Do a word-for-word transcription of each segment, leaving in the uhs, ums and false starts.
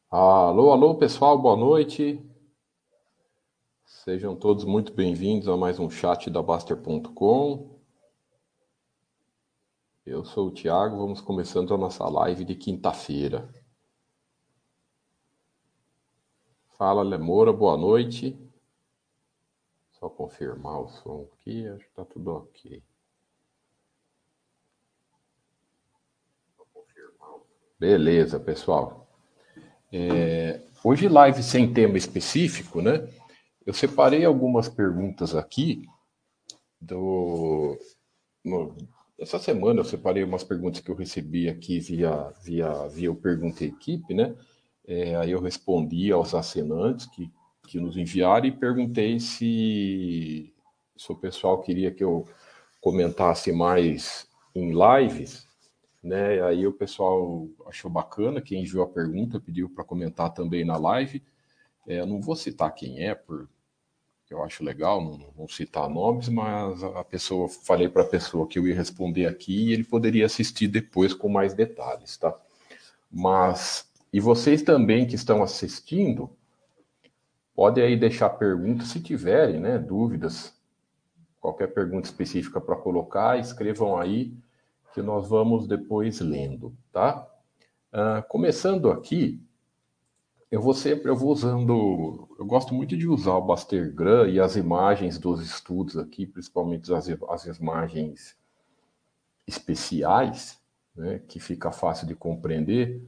Alô, alô, pessoal, boa noite. Sejam todos muito bem-vindos a mais um chat da Baster ponto com. Eu sou o Thiago, vamos começando a nossa live de quinta-feira. Fala, Lemora, boa noite. Só confirmar o som aqui, acho que tá tudo ok. Beleza, pessoal. É, hoje live sem tema específico, né? Eu separei algumas perguntas aqui do, no- essa semana eu separei umas perguntas que eu recebi aqui via, via, via o Pergunta Equipe, né? É, aí eu respondi aos assinantes que, que nos enviaram e perguntei se, se o pessoal queria que eu comentasse mais em lives, né? Aí o pessoal achou bacana, quem enviou a pergunta pediu para comentar também na live. É, eu não vou citar quem é, por, que eu acho legal, não, não citar nomes, mas a pessoa, falei para a pessoa que eu ia responder aqui e ele poderia assistir depois com mais detalhes, tá? Mas, e vocês também que estão assistindo, podem aí deixar perguntas se tiverem, né? Dúvidas, qualquer pergunta específica para colocar, escrevam aí que nós vamos depois lendo, tá? Ah, começando aqui, eu vou sempre, eu vou usando, eu gosto muito de usar o Bastergram e as imagens dos estudos aqui, principalmente as, as imagens especiais, né, que fica fácil de compreender,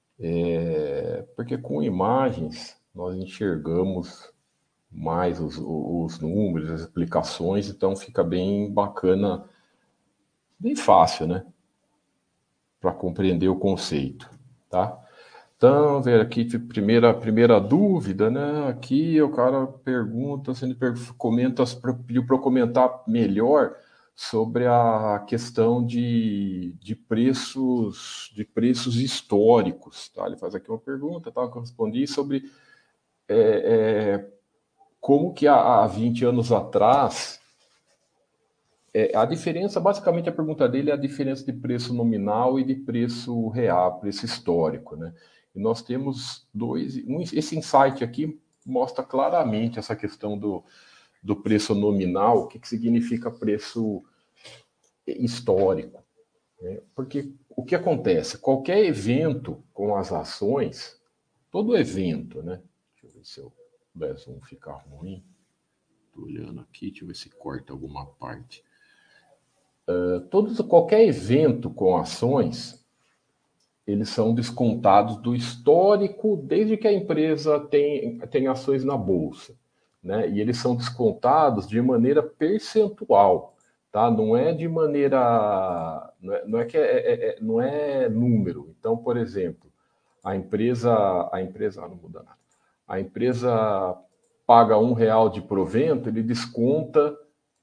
é, porque com imagens nós enxergamos mais os, os números, as explicações, então fica bem bacana, bem fácil, né, para compreender o conceito, tá? Então, ver aqui, tipo, primeira, primeira dúvida, né? Aqui o cara pergunta, se ele per- comenta, pediu para eu comentar melhor sobre a questão de, de preços, de preços históricos, tá? Ele faz aqui uma pergunta, tá? Que eu respondi sobre é, é, como que há, há vinte anos atrás, é, a diferença, basicamente a pergunta dele é a diferença de preço nominal e de preço real, preço histórico, né? E nós temos dois, um, esse insight aqui mostra claramente essa questão do, do preço nominal, o que, que significa preço histórico, né? Porque o que acontece? Qualquer evento com as ações, todo evento, né? Deixa eu ver se eu der zoom ficar ruim. Estou olhando aqui, deixa eu ver se corta alguma parte. Todos, qualquer evento com ações, eles são descontados do histórico desde que a empresa tem, tem ações na bolsa, né? E eles são descontados de maneira percentual, tá? Não é de maneira, não é, não é que é, é, é, não é número. Então, por exemplo, a empresa, a empresa, ah, não muda nada. A empresa paga um real de provento, ele desconta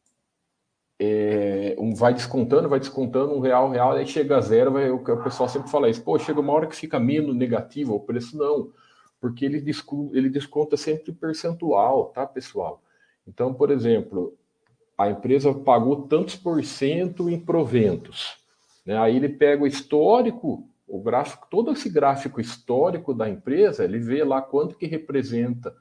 é, um, vai descontando, vai descontando um real, um real, aí chega a zero, vai, o, o pessoal sempre fala isso, pô, chega uma hora que fica menos negativo o preço, não, porque ele, descu, ele desconta sempre percentual, tá, pessoal? Então, por exemplo, a empresa pagou tantos por cento em proventos, né? Aí ele pega o histórico, o gráfico, todo esse gráfico histórico da empresa, ele vê lá quanto que representa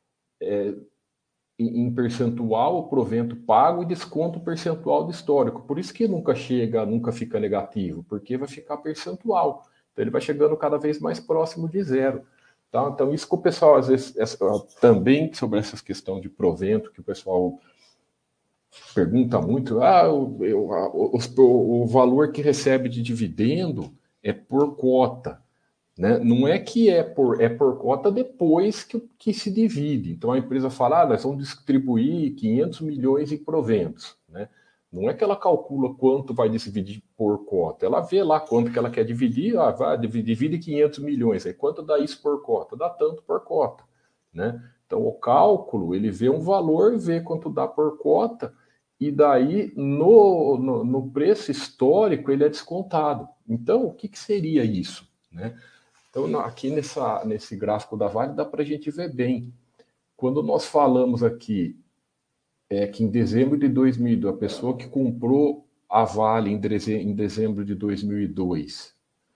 em percentual o provento pago e desconto percentual do histórico. Por isso que nunca chega, nunca fica negativo, porque vai ficar percentual. Então ele vai chegando cada vez mais próximo de zero. Tá? Então isso que o pessoal às vezes essa, também sobre essa questão de provento que o pessoal pergunta muito, ah, eu, eu, o, o valor que recebe de dividendo é por cota. Né? Não é que é por, é por cota depois que, que se divide. Então a empresa fala, ah, nós vamos distribuir quinhentos milhões em proventos. Né? Não é que ela calcula quanto vai dividir por cota. Ela vê lá quanto que ela quer dividir, ah, vai, divide quinhentos milhões. Aí quanto dá isso por cota? Dá tanto por cota. Né? Então o cálculo, ele vê um valor, vê quanto dá por cota, e daí no, no, no preço histórico ele é descontado. Então o que, que seria isso? Né? Então, aqui nessa, nesse gráfico da Vale dá para a gente ver bem. Quando nós falamos aqui é que em dezembro de dois mil e dois, a pessoa que comprou a Vale em dezembro de dois mil e dois,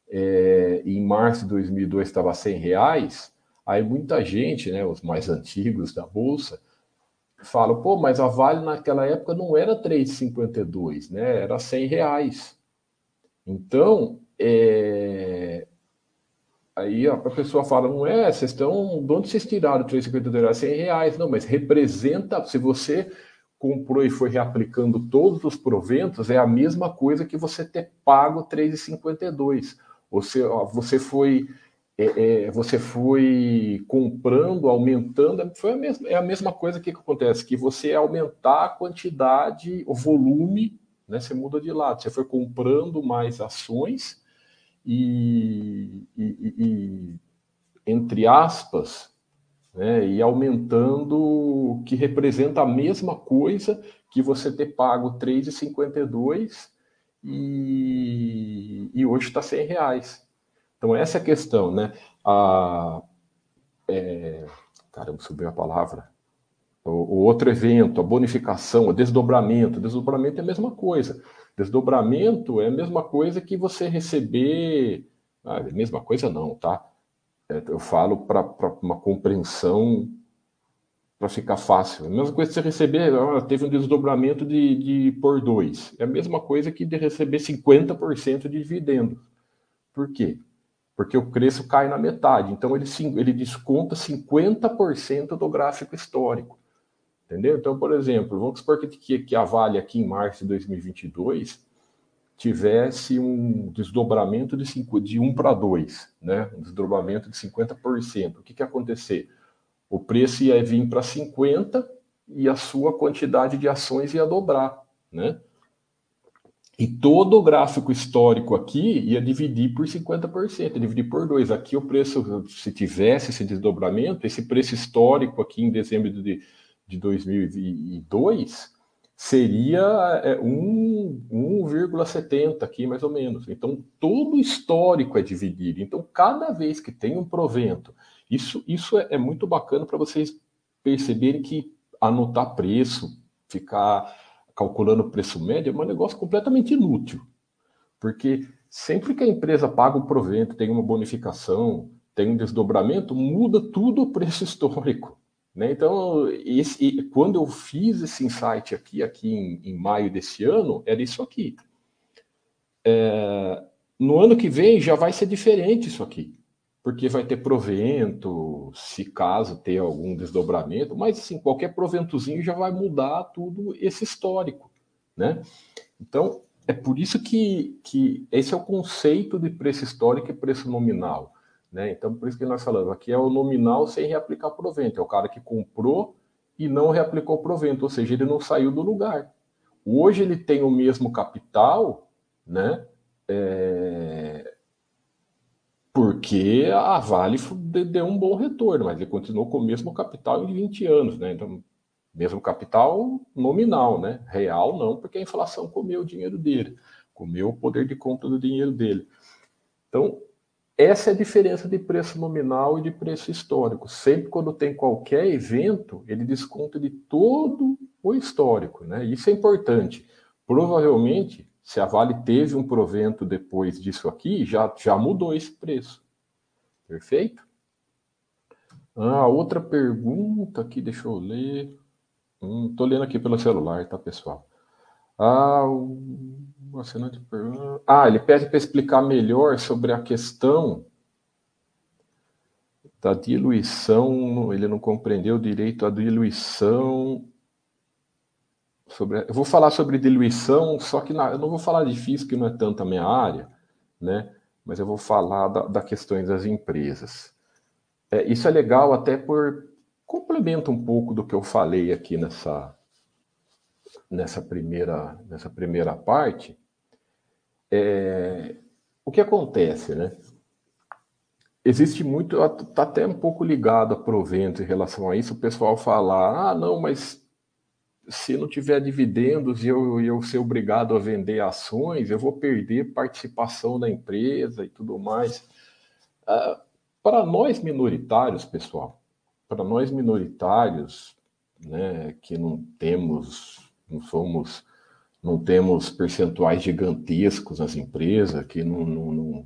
é, em março de dois mil e dois estava cem reais, aí muita gente, né, os mais antigos da Bolsa, falam, pô, mas a Vale naquela época não era três e cinquenta e dois, né, era cem reais. Então, é, aí a pessoa fala, não é, vocês estão, de onde vocês tiraram três e cinquenta e dois reais? cem reais, não, mas representa, se você comprou e foi reaplicando todos os proventos, é a mesma coisa que você ter pago três e cinquenta e dois. Você, você foi é, é, você foi comprando, aumentando, foi a mesma, é a mesma coisa que, que acontece, que você aumentar a quantidade, o volume, né, você muda de lado, você foi comprando mais ações e, e, e entre aspas, né, e aumentando, que representa a mesma coisa que você ter pago três e cinquenta e dois e, e hoje está cem reais. Então essa é a questão, né? A, é, caramba, subiu a palavra. O, o outro evento, a bonificação, o desdobramento. Desdobramento é a mesma coisa. Desdobramento é a mesma coisa que você receber. Ah, é a mesma coisa não, tá? É, eu falo para uma compreensão para ficar fácil. É a mesma coisa que você receber, ah, teve um desdobramento de, de por dois. É a mesma coisa que de receber cinquenta por cento de dividendo. Por quê? Porque o preço cai na metade. Então ele, ele desconta cinquenta por cento do gráfico histórico. Entendeu? Então, por exemplo, vamos supor que, que a Vale aqui em março de dois mil e vinte e dois tivesse um desdobramento de, cinco, de um para dois, né? Um desdobramento de cinquenta por cento. O que, que ia acontecer? O preço ia vir para cinquenta e a sua quantidade de ações ia dobrar, né? E todo o gráfico histórico aqui ia dividir por cinquenta por cento, ia dividir por dois. Aqui o preço, se tivesse esse desdobramento, esse preço histórico aqui em dezembro de, de dois mil e dois seria é, um vírgula setenta aqui, mais ou menos. Então, todo o histórico é dividido. Então, cada vez que tem um provento, isso, isso é, é muito bacana para vocês perceberem que anotar preço, ficar calculando o preço médio, é um negócio completamente inútil. Porque sempre que a empresa paga um provento, tem uma bonificação, tem um desdobramento, muda tudo o preço histórico. Né? Então, esse, quando eu fiz esse insight aqui, aqui em, em maio desse ano, era isso aqui. É, no ano que vem já vai ser diferente isso aqui. Porque vai ter provento, se caso ter algum desdobramento, mas assim, qualquer proventozinho já vai mudar tudo esse histórico, né? Então, é por isso que, que esse é o conceito de preço histórico e preço nominal, né? Então, por isso que nós falamos, aqui é o nominal sem reaplicar provento, é o cara que comprou e não reaplicou provento, ou seja, ele não saiu do lugar. Hoje ele tem o mesmo capital, né? É, porque a Vale deu um bom retorno, mas ele continuou com o mesmo capital em vinte anos, né? Então, mesmo capital nominal, né? Real não, porque a inflação comeu o dinheiro dele, comeu o poder de compra do dinheiro dele. Então, essa é a diferença de preço nominal e de preço histórico. Sempre quando tem qualquer evento, ele desconta de todo o histórico, né? Isso é importante. Provavelmente, se a Vale teve um provento depois disso aqui, já, já mudou esse preço. Perfeito? Ah, outra pergunta aqui, deixa eu ler. Hum, tô lendo aqui pelo celular, tá, pessoal? Ah, o assinante pergunta. Ah, ele pede para explicar melhor sobre a questão da diluição. Ele não compreendeu direito a diluição. Sobre... Eu vou falar sobre diluição, só que na... eu não vou falar de física, que não é tanto a minha área, né? Mas eu vou falar da, da questões das empresas. É, isso é legal até por complementa um pouco do que eu falei aqui nessa, nessa, primeira, nessa primeira parte. É, o que acontece, né? Existe muito, está até um pouco ligado a provento em relação a isso, o pessoal fala, ah, não, mas se não tiver dividendos e eu, eu ser obrigado a vender ações, eu vou perder participação da empresa e tudo mais. Ah, para nós minoritários, pessoal, para nós minoritários, né, que não temos, não somos, não temos percentuais gigantescos nas empresas, que não, não, não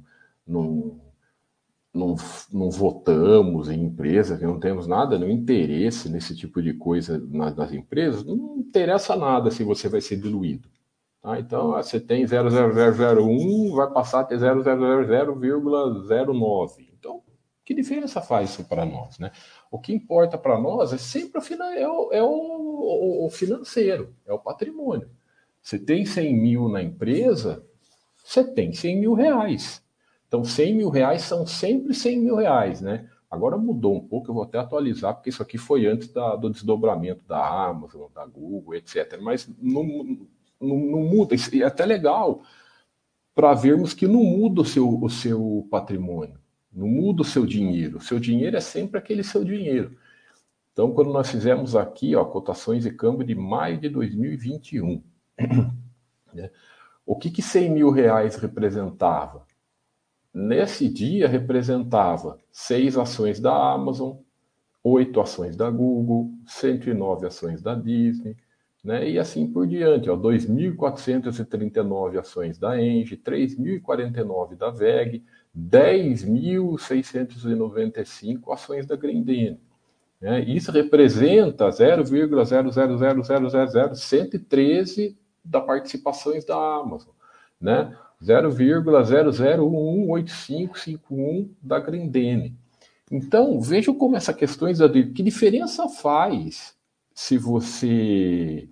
não, não, não votamos em empresas, não temos nada, nenhum interesse nesse tipo de coisa nas, nas empresas, não interessa nada se você vai ser diluído. Tá? Então, você tem zero vírgula zero zero zero um, vai passar a ter zero vírgula zero vírgula zero nove. Então, que diferença faz isso para nós? Né? O que importa para nós é sempre o, é o, é o, o financeiro, é o patrimônio. Você tem cem mil na empresa, você tem cem mil reais. Então, cem mil reais são sempre cem mil reais, né? Agora mudou um pouco, eu vou até atualizar, porque isso aqui foi antes da, do desdobramento da Amazon, da Google, etcétera. Mas não, não, não muda, e é até legal para vermos que não muda o seu, o seu patrimônio, não muda o seu dinheiro. O seu dinheiro é sempre aquele seu dinheiro. Então, quando nós fizemos aqui, ó, cotações de câmbio de maio de dois mil e vinte e um, né? O que que cem mil reais representava? Nesse dia representava seis ações da Amazon, oito ações da Google, cento e nove ações da Disney, né? E assim por diante, ó, dois mil quatrocentas e trinta e nove ações da Engie, três mil e quarenta e nove da V E G, dez mil seiscentas e noventa e cinco ações da Grendene. Né? Isso representa zero vírgula zero zero zero zero zero zero cento e treze da participações da Amazon, né? zero vírgula zero zero um um oito cinco cinco um da Grendene. Então, vejam como essa questão da que diferença faz se você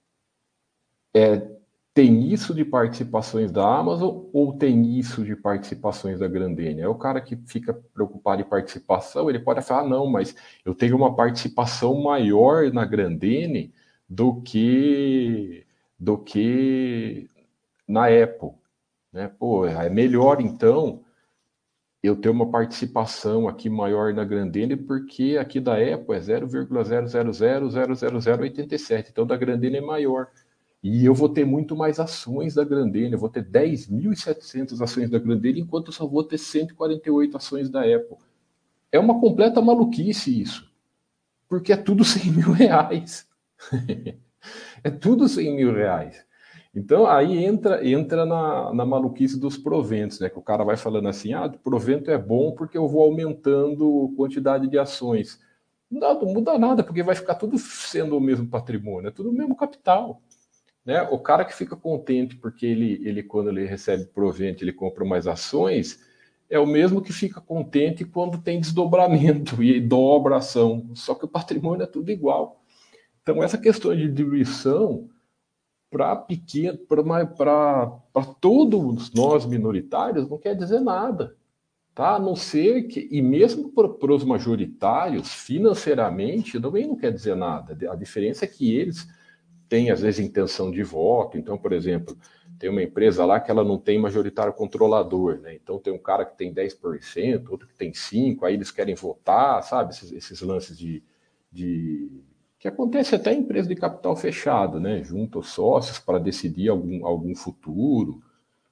é, tem isso de participações da Amazon ou tem isso de participações da Grendene. É o cara que fica preocupado em participação, ele pode falar, ah, não, mas eu tenho uma participação maior na Grendene do que do que na Apple, né? Pô, é melhor então eu ter uma participação aqui maior na Grendene, porque aqui da Apple é zero vírgula zero zero zero zero zero zero oitenta e sete, então da Grendene é maior. E eu vou ter muito mais ações da Grendene, eu vou ter dez mil e setecentas ações da Grendene, enquanto eu só vou ter cento e quarenta e oito ações da Apple. É uma completa maluquice isso, porque é tudo cem mil reais. É tudo cem mil reais. Então, aí entra, entra na, na maluquice dos proventos, né? Que o cara vai falando assim, ah, provento é bom porque eu vou aumentando a quantidade de ações. Não, não muda nada, porque vai ficar tudo sendo o mesmo patrimônio, é tudo o mesmo capital. Né? O cara que fica contente porque ele, ele, quando ele recebe provento, ele compra mais ações, é o mesmo que fica contente quando tem desdobramento e dobra a ação. Só que o patrimônio é tudo igual. Então, essa questão de diluição, para pequeno, para todos nós minoritários, não quer dizer nada. Tá? A não ser que, e mesmo para os majoritários, financeiramente, também não quer dizer nada. A diferença é que eles têm, às vezes, intenção de voto. Então, por exemplo, tem uma empresa lá que ela não tem majoritário controlador, né? Então tem um cara que tem dez por cento, outro que tem cinco por cento, aí eles querem votar, sabe? Esses, esses lances de, de que acontece até em empresa de capital fechado, né? Junta os sócios para decidir algum, algum futuro,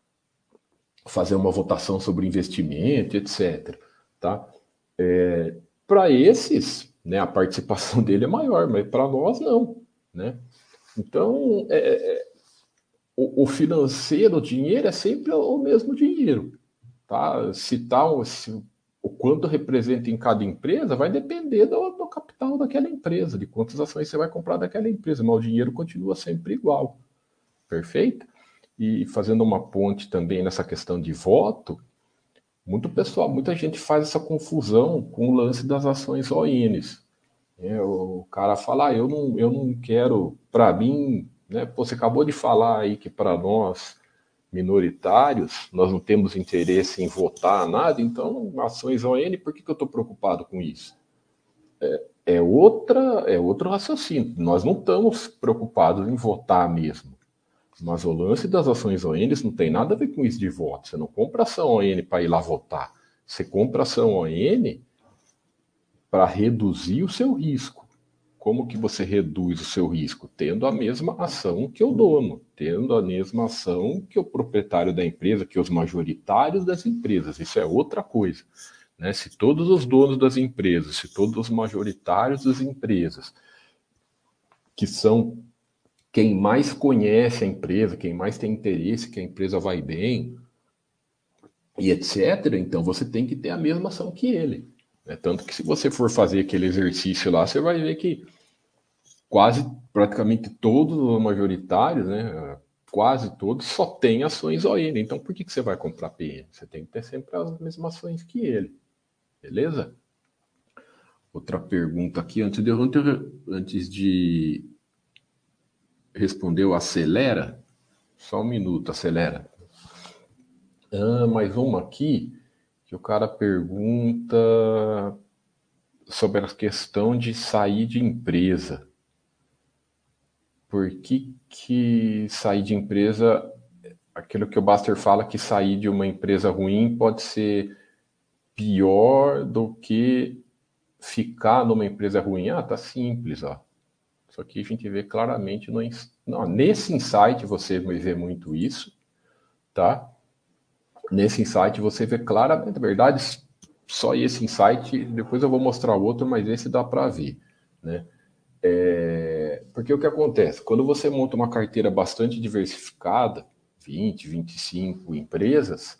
fazer uma votação sobre investimento, etcétera. Tá? É, para esses, né, a participação dele é maior, mas para nós não. Né? Então, é, é, o, o financeiro, o dinheiro é sempre o mesmo dinheiro. Tá? Se tá, se, o quanto representa em cada empresa vai depender do, do capital daquela empresa, de quantas ações você vai comprar daquela empresa, mas o dinheiro continua sempre igual. Perfeito? E fazendo uma ponte também nessa questão de voto, muito pessoal, muita gente faz essa confusão com o lance das ações O Ns. É, o cara fala, ah, eu não, eu não quero, para mim, né, pô, você acabou de falar aí que para nós minoritários, nós não temos interesse em votar nada, então ações O N, por que, que eu estou preocupado com isso? É, é, outra, é outro raciocínio. Nós não estamos preocupados em votar mesmo. Mas o lance das ações O Ns não tem nada a ver com isso de voto. Você não compra ação O N para ir lá votar. Você compra ação O N para reduzir o seu risco. Como que você reduz o seu risco? Tendo a mesma ação que o dono, tendo a mesma ação que o proprietário da empresa, que os majoritários das empresas. Isso é outra coisa. Né? Se todos os donos das empresas, se todos os majoritários das empresas, que são quem mais conhece a empresa, quem mais tem interesse que a empresa vai bem, e etcétera, então você tem que ter a mesma ação que ele. Né? Tanto que se você for fazer aquele exercício lá, você vai ver que quase, praticamente todos os majoritários, né, quase todos, só têm ações O N. Então por que, que você vai comprar P N? Você tem que ter sempre as mesmas ações que ele. Beleza? Outra pergunta aqui, antes de, antes de responder o acelera, só um minuto, acelera. Ah, mais uma aqui, que o cara pergunta sobre a questão de sair de empresa. Por que, que sair de empresa, aquilo que o Buster fala, que sair de uma empresa ruim pode ser pior do que ficar numa empresa ruim? Ah, tá simples, ó. Isso aqui a gente vê claramente no, não, nesse insight você vai ver muito isso, tá? Nesse insight você vê claramente, na verdade, só esse insight, depois eu vou mostrar o outro, mas esse dá para ver, né? É, porque o que acontece? Quando você monta uma carteira bastante diversificada, vinte, vinte e cinco empresas,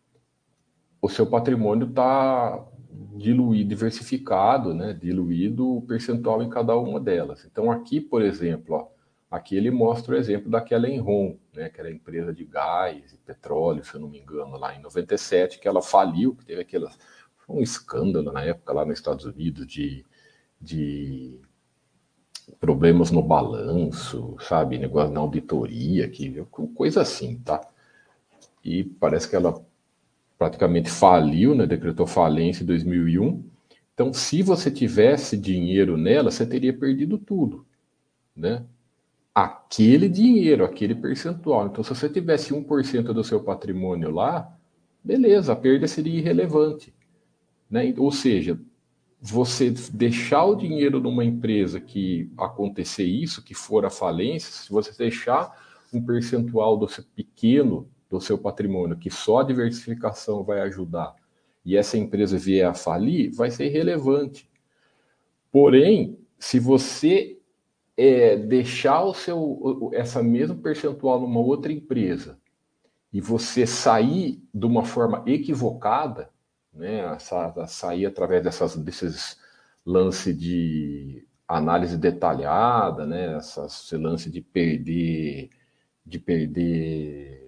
o seu patrimônio está diluído, diversificado, né? Diluído o percentual em cada uma delas. Então aqui, por exemplo, ó, aqui ele mostra o exemplo daquela Enron, né? Que era a empresa de gás e petróleo, se eu não me engano, lá em noventa e sete, que ela faliu, que teve aquela, foi um escândalo na época lá nos Estados Unidos de, de problemas no balanço, sabe? Negócio na auditoria, que, coisa assim, tá? E parece que ela praticamente faliu, né? Decretou falência em dois mil e um. Então, se você tivesse dinheiro nela, você teria perdido tudo, né? Aquele dinheiro, aquele percentual. Então, se você tivesse um por cento do seu patrimônio lá, beleza, a perda seria irrelevante, né? Ou seja, você deixar o dinheiro numa empresa que acontecer isso, que for a falência, se você deixar um percentual do seu, pequeno do seu patrimônio, que só a diversificação vai ajudar, e essa empresa vier a falir, vai ser irrelevante. Porém, se você é, deixar o seu, essa mesma percentual numa outra empresa e você sair de uma forma equivocada, né, sair através dessas, desses lance de análise detalhada, né, esse lance de perder, de perder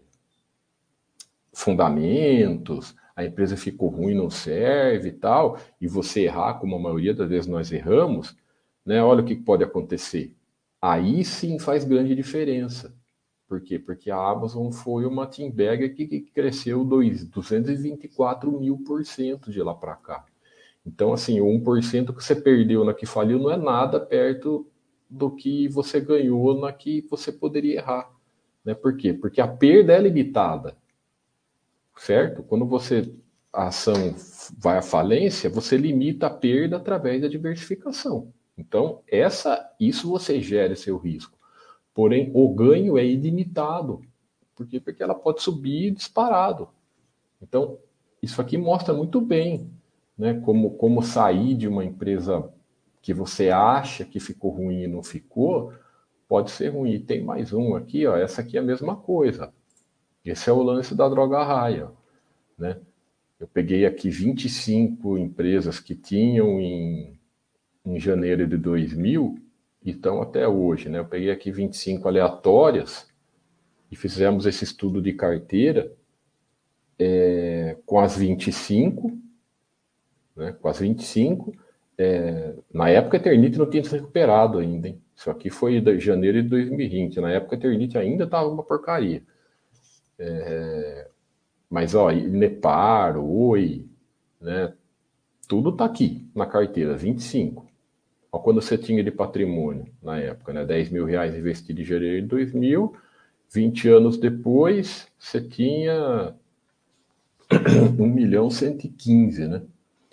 fundamentos, a empresa ficou ruim, não serve e tal, e você errar, como a maioria das vezes nós erramos, né, olha o que pode acontecer. Aí sim faz grande diferença. Por quê? Porque a Amazon foi uma team bag que, que cresceu duzentos e vinte e quatro mil por cento de lá para cá. Então, assim, o um por cento que você perdeu na que faliu não é nada perto do que você ganhou na que você poderia errar. Né? Por quê? Porque a perda é limitada, certo? Quando você a ação vai à falência, você limita a perda através da diversificação. Então, essa, isso você gera seu risco. Porém, o ganho é ilimitado. Por quê? Porque ela pode subir disparado. Então, isso aqui mostra muito bem, né, como, como sair de uma empresa que você acha que ficou ruim e não ficou, pode ser ruim. E tem mais um aqui, ó, essa aqui é a mesma coisa. Esse é o lance da droga raia, né? Eu peguei aqui vinte e cinco empresas que tinham em, em janeiro de dois mil e estão até hoje, né? Eu peguei aqui vinte e cinco aleatórias e fizemos esse estudo de carteira é, com as vinte e cinco, né? Com as vinte e cinco. É, na época a Eternit não tinha se recuperado ainda, hein? Isso aqui foi de janeiro de dois mil e vinte. Na época a Eternit ainda estava uma porcaria. É, mas, ó, Nepar, Oi, né? Tudo tá aqui na carteira, vinte e cinco. Ó, quando você tinha de patrimônio na época, né? dez mil reais investido em janeiro de dois mil, vinte anos depois, você tinha um milhão cento e quinze, né?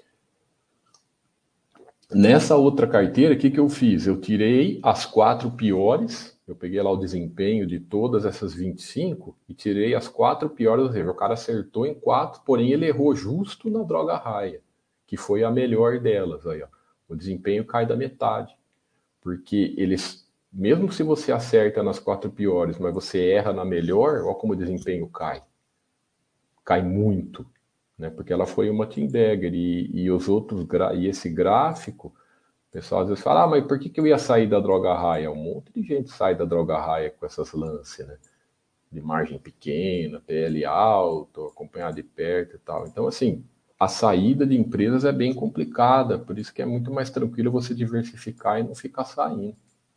Nessa outra carteira, o que, que eu fiz? Eu tirei as quatro piores, eu peguei lá o desempenho de todas essas vinte e cinco e tirei as quatro piores, ou seja, o cara acertou em quatro, porém ele errou justo na droga raia, que foi a melhor delas. Aí, ó. O desempenho cai da metade, porque eles, mesmo se você acerta nas quatro piores, mas você erra na melhor, olha como o desempenho cai. Cai muito. né? Porque ela foi uma team bagger e, e os outros e esse gráfico, o pessoal às vezes fala, ah, mas por que, que eu ia sair da droga raia? Um monte de gente sai da droga raia com essas lances, né? De margem pequena, P L alto, acompanhar de perto e tal. Então, assim, a saída de empresas é bem complicada, por isso que é muito mais tranquilo você diversificar e não ficar saindo.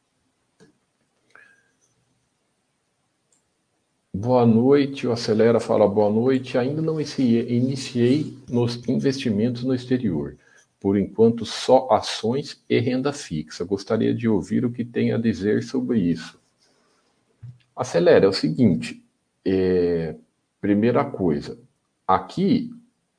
Boa noite, o Acelera fala boa noite. Ainda não iniciei nos investimentos no exterior. Por enquanto, só ações e renda fixa. Gostaria de ouvir o que tem a dizer sobre isso. Acelera, é o seguinte, é, primeira coisa, aqui,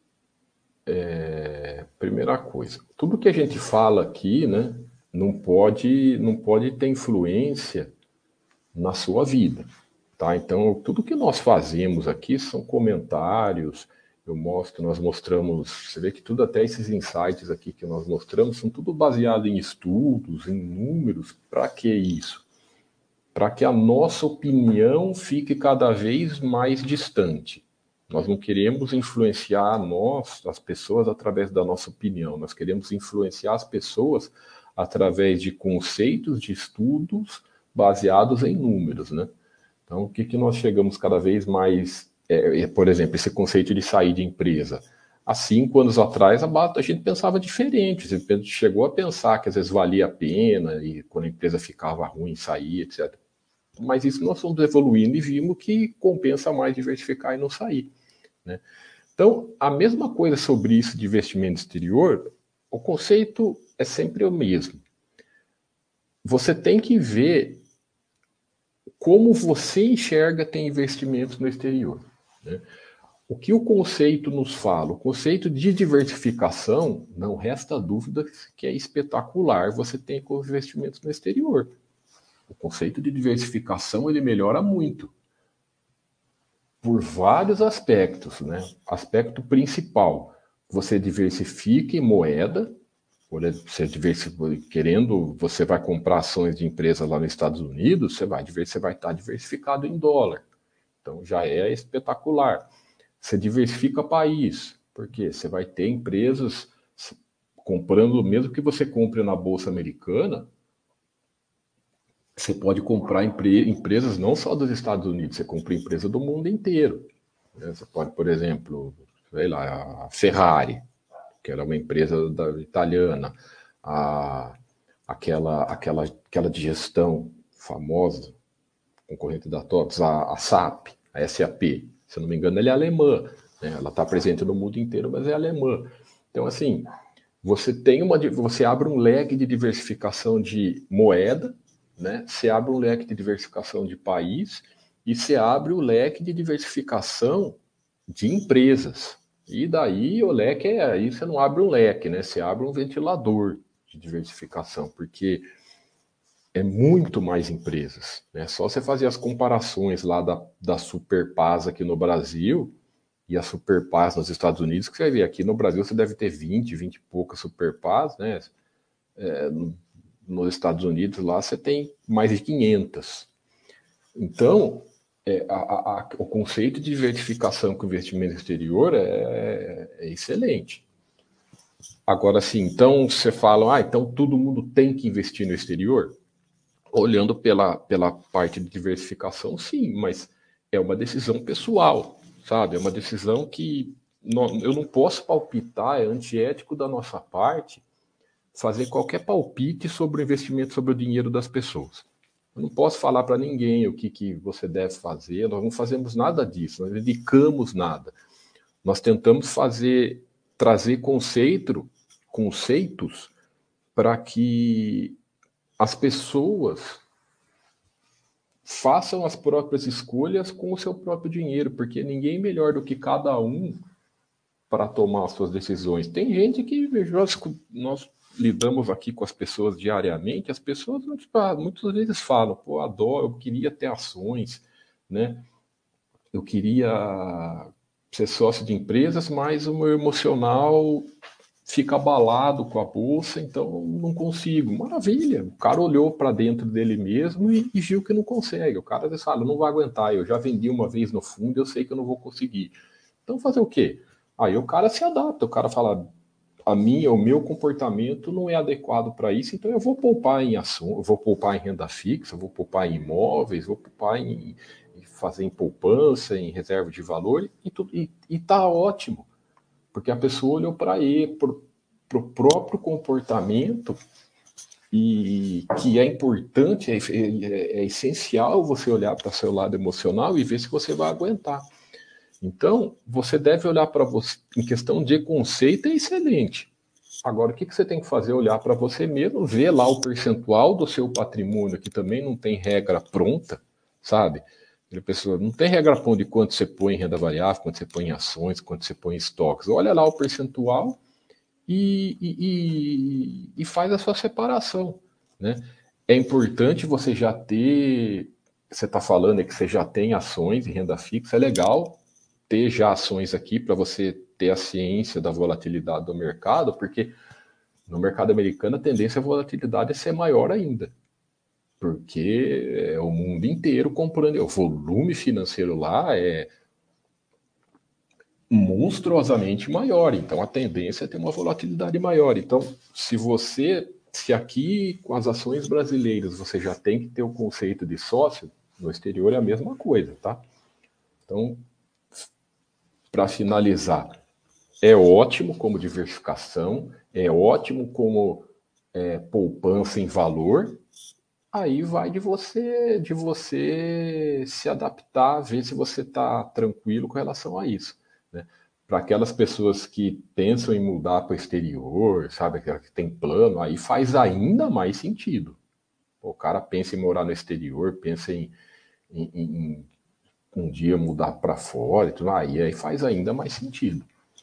é, primeira coisa, tudo que a gente fala aqui, né, não pode, não pode ter influência na sua vida, tá? Então, tudo que nós fazemos aqui são comentários, eu mostro, nós mostramos, você vê que tudo, até esses insights aqui que nós mostramos, são tudo baseado em estudos, em números. Para que isso? Para que a nossa opinião fique cada vez mais distante. Nós não queremos influenciar nós, as pessoas, através da nossa opinião. Nós queremos influenciar as pessoas através de conceitos, de estudos baseados em números, né? Então, o que, que nós chegamos cada vez mais... É, é, por exemplo, esse conceito de sair de empresa. Há cinco anos atrás, a, a gente pensava diferente. A gente chegou a pensar que às vezes valia a pena e quando a empresa ficava ruim, sair, etcétera. Mas isso nós fomos evoluindo e vimos que compensa mais diversificar e não sair, né? Então, a mesma coisa sobre isso de investimento exterior, o conceito é sempre o mesmo. Você tem que ver como você enxerga ter investimentos no exterior, né? O que o conceito nos fala? O conceito de diversificação, não resta dúvida que é espetacular você ter com investimentos no exterior. O conceito de diversificação ele melhora muito por vários aspectos, né? Aspecto principal, você diversifica em moeda, por exemplo, você diversifica, querendo, você vai comprar ações de empresas lá nos Estados Unidos, você vai, você vai estar diversificado em dólar. Então já é espetacular. Você diversifica país, porque você vai ter empresas comprando, mesmo que você compre na Bolsa Americana, você pode comprar empre empresas não só dos Estados Unidos, você compra empresa do mundo inteiro. Você pode, por exemplo, sei lá, a Ferrari, que era uma empresa da, italiana, a, aquela, aquela, aquela de gestão famosa, concorrente da TOTS, a, a S A P, a S A P, se eu não me engano, ela é alemã, né? Ela está presente no mundo inteiro, mas é alemã. Então, assim, você tem uma, você abre um leque de diversificação de moeda, né? Você abre um leque de diversificação de país e você abre o leque de diversificação de empresas. E daí o leque é, aí você não abre um leque, né? Você abre um ventilador de diversificação, porque é muito mais empresas, né? Só você fazer as comparações lá da, da Superpaz aqui no Brasil e a Superpaz nos Estados Unidos, que você vai ver aqui no Brasil você deve ter vinte, vinte e poucas Superpaz, né? É, nos Estados Unidos lá você tem mais de quinhentas. Então, é, a, a, o conceito de diversificação com investimento exterior é, é excelente. Agora sim, então você fala, ah, então todo mundo tem que investir no exterior? Olhando pela, pela parte de diversificação, sim, mas é uma decisão pessoal, sabe? É uma decisão que não, eu não posso palpitar, é antiético da nossa parte fazer qualquer palpite sobre o investimento, sobre o dinheiro das pessoas. Eu não posso falar para ninguém o que, que você deve fazer, nós não fazemos nada disso, nós não indicamos nada. Nós tentamos fazer, trazer conceito, conceitos para que as pessoas façam as próprias escolhas com o seu próprio dinheiro, porque ninguém melhor do que cada um para tomar as suas decisões. Tem gente que nós, nós lidamos aqui com as pessoas diariamente, as pessoas muitas vezes falam, pô, adoro, eu queria ter ações, né? Eu queria ser sócio de empresas, mas o meu emocional fica abalado com a bolsa, então não consigo. Maravilha, o cara olhou para dentro dele mesmo e, e viu que não consegue. O cara fala, não vai aguentar, eu já vendi uma vez no fundo, eu sei que eu não vou conseguir. Então fazer o quê? Aí o cara se adapta, o cara fala, a minha, o meu comportamento não é adequado para isso, então eu vou poupar em ações, eu vou poupar em renda fixa, eu vou poupar em imóveis, vou poupar em, em fazer em poupança, em reserva de valor, e, tudo, e, e tá ótimo, porque a pessoa olhou para ele, para o próprio comportamento, e que é importante, é, é, é essencial você olhar para o seu lado emocional e ver se você vai aguentar. Então, você deve olhar para você, em questão de conceito, é excelente. Agora, o que, que você tem que fazer? Olhar para você mesmo, ver lá o percentual do seu patrimônio, que também não tem regra pronta, sabe? A pessoa não tem regra pronta de quanto você põe em renda variável, quanto você põe em ações, quanto você põe em estoques. Olha lá o percentual e, e, e, e faz a sua separação, né? É importante você já ter, você está falando é que você já tem ações em renda fixa, é legal ter já ações aqui para você ter a ciência da volatilidade do mercado, porque no mercado americano a tendência à volatilidade é ser maior ainda, porque é o mundo inteiro comprando, o volume financeiro lá é monstruosamente maior, então a tendência é ter uma volatilidade maior. Então, se você, se aqui com as ações brasileiras você já tem que ter o conceito de sócio, no exterior é a mesma coisa, tá? Então, para finalizar, é ótimo como diversificação, é ótimo como é, poupança em valor. Aí vai de você, de você se adaptar, ver se você está tranquilo com relação a isso, né? Para aquelas pessoas que pensam em mudar para o exterior, sabe, que tem plano, aí faz ainda mais sentido. O cara pensa em morar no exterior, pensa em, em, em um dia mudar para fora, e tudo, aí, aí faz ainda mais sentido.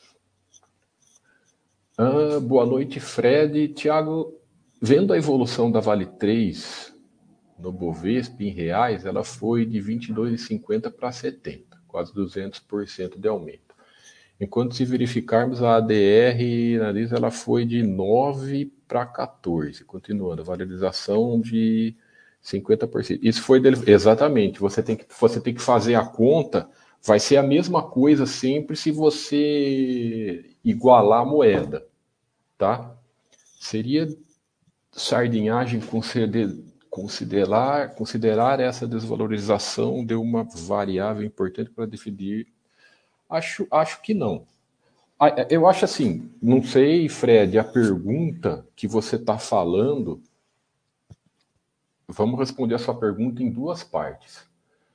Ah, boa noite, Fred. Tiago, vendo a evolução da Vale três no Bovespa, em reais, ela foi de vinte e dois vírgula cinquenta para setenta, quase duzentos por cento de aumento. Enquanto se verificarmos a A D R, ela foi de nove para quatorze, continuando, a valorização de cinquenta por cento. Isso foi dele, exatamente, você tem, que, você tem que fazer a conta, vai ser a mesma coisa sempre se você igualar a moeda, tá? Seria sardinhagem conceder, considerar, considerar essa desvalorização de uma variável importante para definir? Acho, acho que não. Eu acho assim, não sei, Fred, a pergunta que você está falando, vamos responder a sua pergunta em duas partes.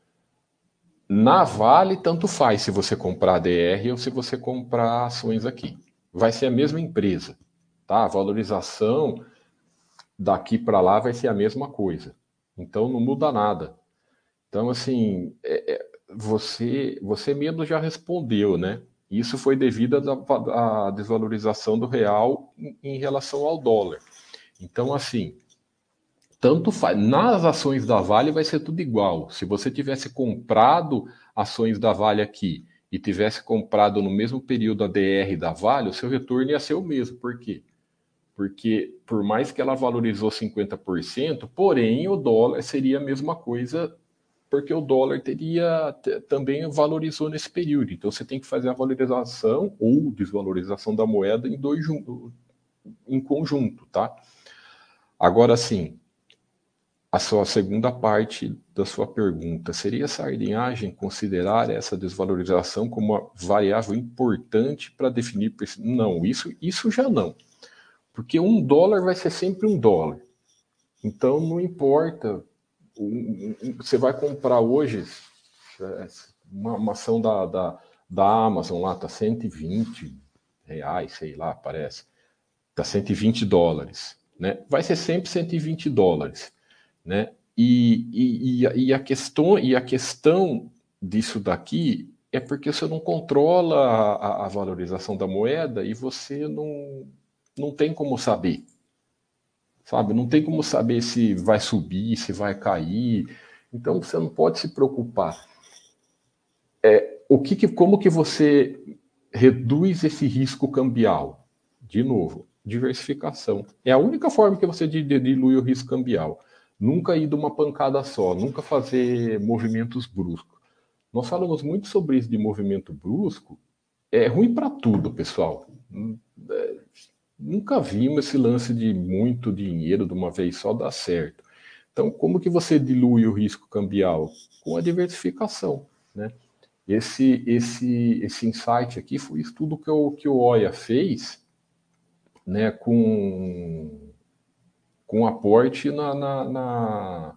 Na Vale, tanto faz se você comprar a D R ou se você comprar ações aqui. Vai ser a mesma empresa, tá? A valorização daqui para lá vai ser a mesma coisa. Então não muda nada. Então, assim, é, é, você, você mesmo já respondeu, né? Isso foi devido à, à desvalorização do real em, em relação ao dólar. Então, assim, tanto faz. Nas ações da Vale vai ser tudo igual. Se você tivesse comprado ações da Vale aqui e tivesse comprado no mesmo período a D R da Vale, o seu retorno ia ser o mesmo. Por quê? Porque por mais que ela valorizou cinquenta por cento, porém o dólar seria a mesma coisa, porque o dólar teria também valorizou nesse período. Então você tem que fazer a valorização ou desvalorização da moeda em dois em conjunto, tá? Agora sim, a sua segunda parte da sua pergunta, seria sardinhagem considerar essa desvalorização como uma variável importante para definir? Não, isso, isso já não. Porque um dólar vai ser sempre um dólar. Então não importa. Você vai comprar hoje uma, uma ação da, da, da Amazon lá, tá cento e vinte reais, sei lá, parece. Tá cento e vinte dólares. Né? Vai ser sempre cento e vinte dólares. Né? E, e, e, a questão, e a questão disso daqui é porque você não controla a, a valorização da moeda e você não, não tem como saber. Sabe? Não tem como saber se vai subir, se vai cair. Então você não pode se preocupar. É, o que, que, como que você reduz esse risco cambial? De novo, diversificação. É a única forma que você dilui o risco cambial. Nunca ir de uma pancada só, nunca fazer movimentos bruscos. Nós falamos muito sobre isso de movimento brusco, é ruim para tudo, pessoal. É, nunca vimos esse lance de muito dinheiro de uma vez só dar certo. Então, como que você dilui o risco cambial? Com a diversificação, né? Esse, esse, esse insight aqui foi estudo que o, que o Oya fez, né, com, com aporte na, na, na,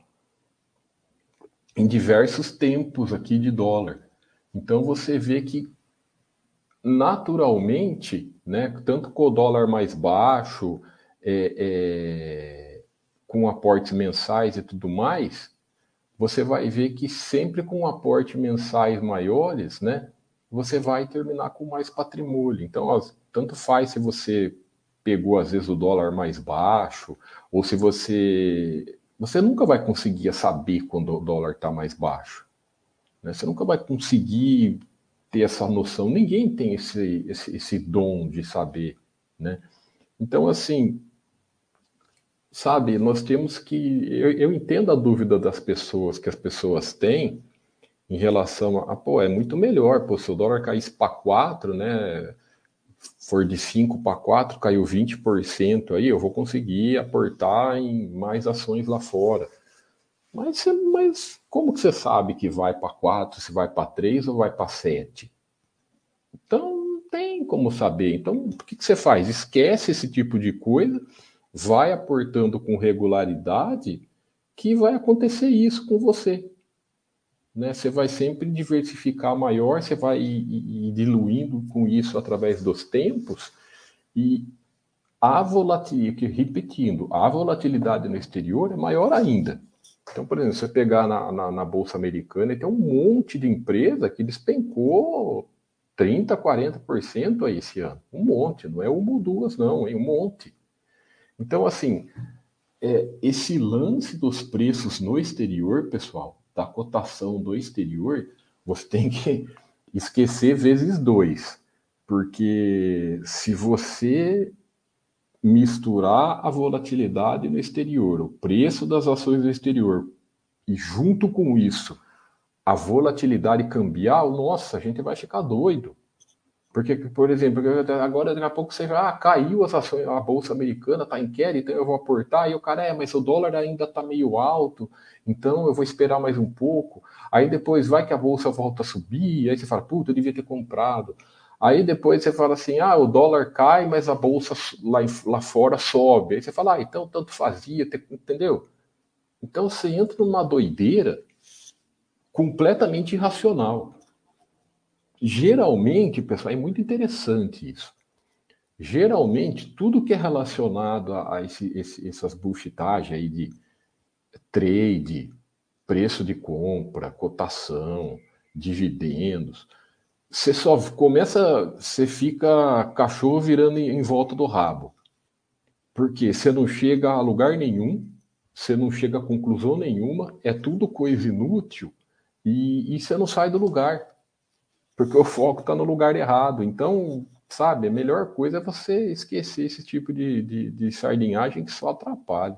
em diversos tempos aqui de dólar. Então você vê que naturalmente, né, tanto com o dólar mais baixo, é, é, com aportes mensais e tudo mais, você vai ver que sempre com aporte mensais maiores, né, você vai terminar com mais patrimônio. Então, ó, tanto faz se você pegou às vezes o dólar mais baixo, ou se você você nunca vai conseguir saber quando o dólar está mais baixo, né? Você nunca vai conseguir ter essa noção. Ninguém tem esse, esse, esse dom de saber, né? Então, assim, sabe, nós temos que. Eu, eu entendo a dúvida das pessoas, que as pessoas têm em relação a, pô, é muito melhor, pô, se o dólar caísse para quatro, né? For de cinco para quatro, caiu vinte por cento aí, eu vou conseguir aportar em mais ações lá fora. Mas, mas como que você sabe que vai para quatro, se vai para três ou vai para sete? Então, não tem como saber. Então, o que, que você faz? Esquece esse tipo de coisa, vai aportando com regularidade, que vai acontecer isso com você. Né? Você vai sempre diversificar maior, você vai ir, ir, ir diluindo com isso através dos tempos, e a volatilidade, repetindo, a volatilidade no exterior é maior ainda. Então, por exemplo, se você pegar na, na, na Bolsa Americana, tem um monte de empresa que despencou trinta, quarenta por cento aí esse ano. Um monte, não é uma ou duas, não, é um monte. Então, assim, é, esse lance dos preços no exterior, pessoal, da cotação do exterior, você tem que esquecer vezes dois. Porque se você misturar a volatilidade no exterior, o preço das ações no exterior, e junto com isso, a volatilidade cambial, nossa, a gente vai ficar doido. Porque, por exemplo, agora daqui a pouco você já ah, caiu as ações, a Bolsa Americana está em queda, então eu vou aportar, e o cara, é, mas o dólar ainda está meio alto, então eu vou esperar mais um pouco. Aí depois vai que a Bolsa volta a subir, aí você fala, puta, eu devia ter comprado. Aí depois você fala assim, ah, o dólar cai, mas a Bolsa lá, lá fora sobe. Aí você fala, ah, então tanto fazia, entendeu? Então você entra numa doideira completamente irracional. Geralmente, pessoal, é muito interessante isso. Geralmente, tudo que é relacionado a, a esse, esse, essas bullshitagens aí de trade, preço de compra, cotação, dividendos, você só começa, você fica cachorro virando em, em volta do rabo. Porque você não chega a lugar nenhum, você não chega a conclusão nenhuma, é tudo coisa inútil e, e você não sai do lugar. Porque o foco está no lugar errado. Então, sabe, a melhor coisa é você esquecer esse tipo de, de, de sardinhagem que só atrapalha.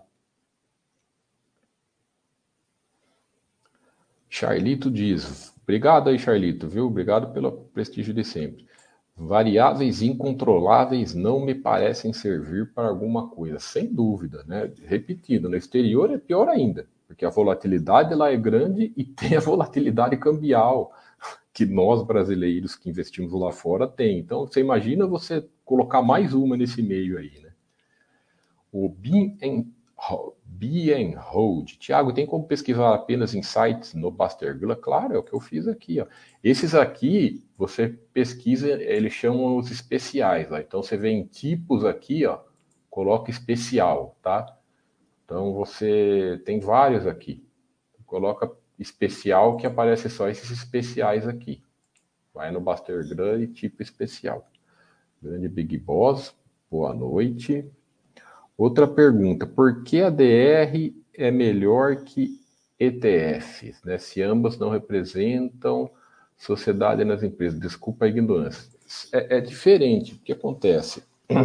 Charlito diz, obrigado aí, Charlito, viu? Obrigado pelo prestígio de sempre. Variáveis incontroláveis não me parecem servir para alguma coisa, sem dúvida, né? Repetindo, no exterior é pior ainda, porque a volatilidade lá é grande e tem a volatilidade cambial que nós brasileiros que investimos lá fora tem. Então, você imagina você colocar mais uma nesse meio aí, né? O Buy and, Buy and Hold. Tiago, tem como pesquisar apenas em sites no Bastergla? Claro, é o que eu fiz aqui, ó. Esses aqui, você pesquisa, eles chamam os especiais, ó. Então, você vê em tipos aqui, ó, coloca especial, tá? Então, você tem vários aqui. Coloca especial que aparece só esses especiais aqui. Vai no Bastergram e tipo especial. Grande Big Boss, boa noite. Outra pergunta, por que a D R é melhor que E T Fs, né? Se ambas não representam sociedade nas empresas. Desculpa a ignorância. É, é diferente. O que acontece?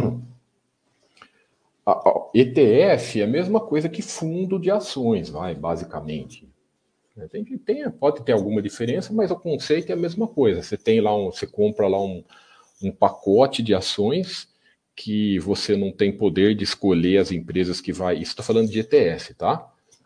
A, a E T F é a mesma coisa que fundo de ações, vai, basicamente. Tem, tem, pode ter alguma diferença, mas o conceito é a mesma coisa. Você tem lá um, você compra lá um, um pacote de ações que você não tem poder de escolher as empresas que vai... Isso estou falando de E T F, tá?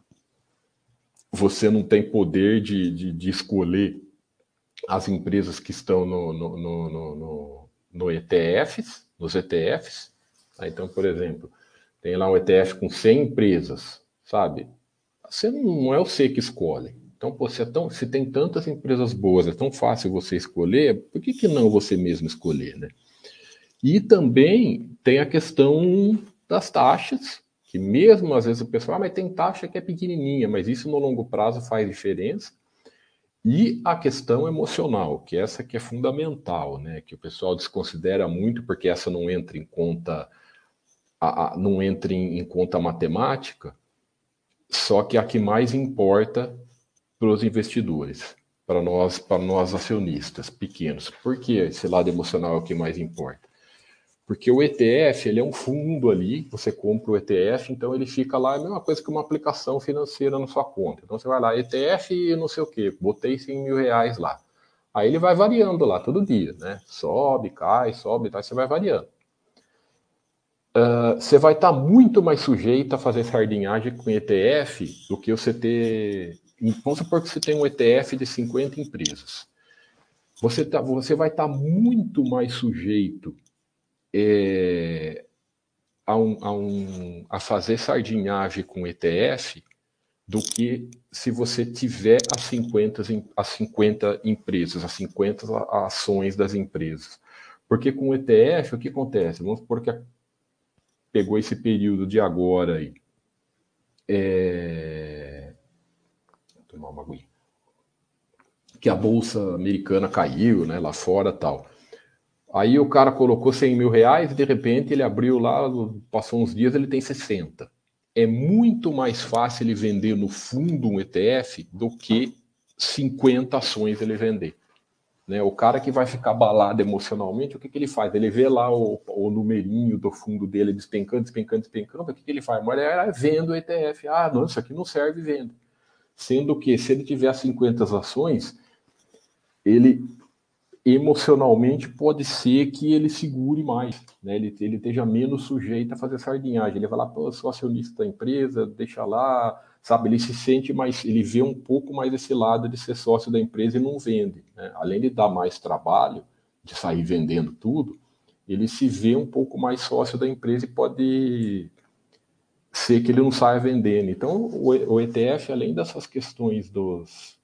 Você não tem poder de, de, de escolher as empresas que estão no, no, no, no, no E T Fs, nos E T Fs. Tá? Então, por exemplo, tem lá um E T F com cem empresas, sabe? Você não é você que escolhe. Então, pô, se, é tão, se tem tantas empresas boas, é tão fácil você escolher, por que, que não você mesmo escolher, né? E também tem a questão das taxas, que mesmo às vezes o pessoal, ah, mas tem taxa que é pequenininha, mas isso no longo prazo faz diferença. E a questão emocional, que essa que é fundamental, né? Que o pessoal desconsidera muito porque essa não entra em conta, a, a, não entra em, em conta matemática, só que a que mais importa para os investidores, para nós, para nós acionistas pequenos. Por que esse lado emocional é o que mais importa? Porque o E T F, ele é um fundo ali, você compra o E T F, então ele fica lá, é a mesma coisa que uma aplicação financeira na sua conta. Então você vai lá, E T F e não sei o quê, botei cem mil reais lá. Aí ele vai variando lá todo dia, né? Sobe, cai, sobe, tá, você vai variando. Uh, você vai estar tá muito mais sujeito a fazer sardinhagem com E T F do que você ter... Vamos supor que você tem um E T F de cinquenta empresas. Você, tá, você vai estar tá muito mais sujeito é, a, um, a, um, a fazer sardinhagem com E T F do que se você tiver as cinquenta, as cinquenta empresas, as cinquenta ações das empresas. Porque com o E T F, o que acontece? Vamos supor que pegou esse período de agora aí. É... Vou tomar uma aguinha. Que a bolsa americana caiu, né, lá fora tal. Aí o cara colocou cem mil reais e de repente ele abriu lá, passou uns dias, ele tem sessenta. É muito mais fácil ele vender no fundo um E T F do que cinquenta ações ele vender. Né? O cara que vai ficar abalado emocionalmente, o que, que ele faz? Ele vê lá o, o numerinho do fundo dele despencando, despencando, despencando, o que, que ele faz? Mas ele vende o E T F. Ah, não, isso aqui não serve, vende. Sendo que se ele tiver cinquenta ações, ele emocionalmente pode ser que ele segure mais, né? ele, ele esteja menos sujeito a fazer sardinhagem. Ele vai lá, pô, eu sou acionista da empresa, deixa lá, sabe? Ele se sente mais, ele vê um pouco mais esse lado de ser sócio da empresa e não vende. Né? Além de dar mais trabalho, de sair vendendo tudo, ele se vê um pouco mais sócio da empresa e pode ser que ele não saia vendendo. Então, o E T F, além dessas questões dos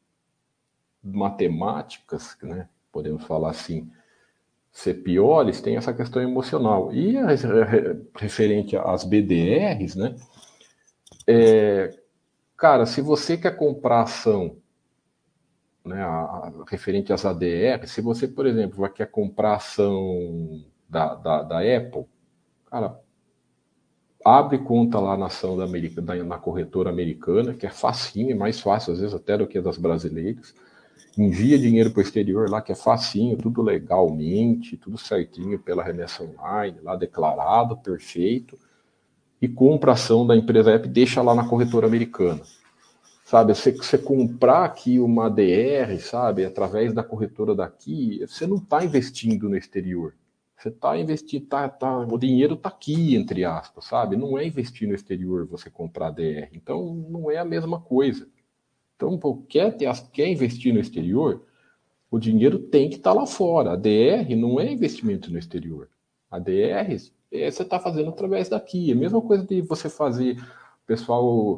matemáticas, né? Podemos falar assim, ser piores, tem essa questão emocional. E a, referente às B D Rs, né? É, cara, se você quer comprar ação, né, a, a, referente às A D Rs, se você, por exemplo, vai quer comprar ação da, da, da Apple, cara, abre conta lá na ação da, America, da, na corretora americana, que é facinho, mais fácil às vezes até do que a das brasileiras. Envia dinheiro para o exterior lá, que é facinho, tudo legalmente, tudo certinho pela remessa online, lá declarado, perfeito, e compra a ação da empresa app, deixa lá na corretora americana. Sabe, você, você comprar aqui uma A D R, sabe, através da corretora daqui, você não está investindo no exterior. Você está investindo, tá, tá, o dinheiro está aqui, entre aspas, sabe? Não é investir no exterior você comprar A D R. Então, não é a mesma coisa. Então, pô, quer, ter, quer investir no exterior, o dinheiro tem que estar lá fora. A D R não é investimento no exterior. A D R é, você está fazendo através daqui. É a mesma coisa de você fazer, pessoal,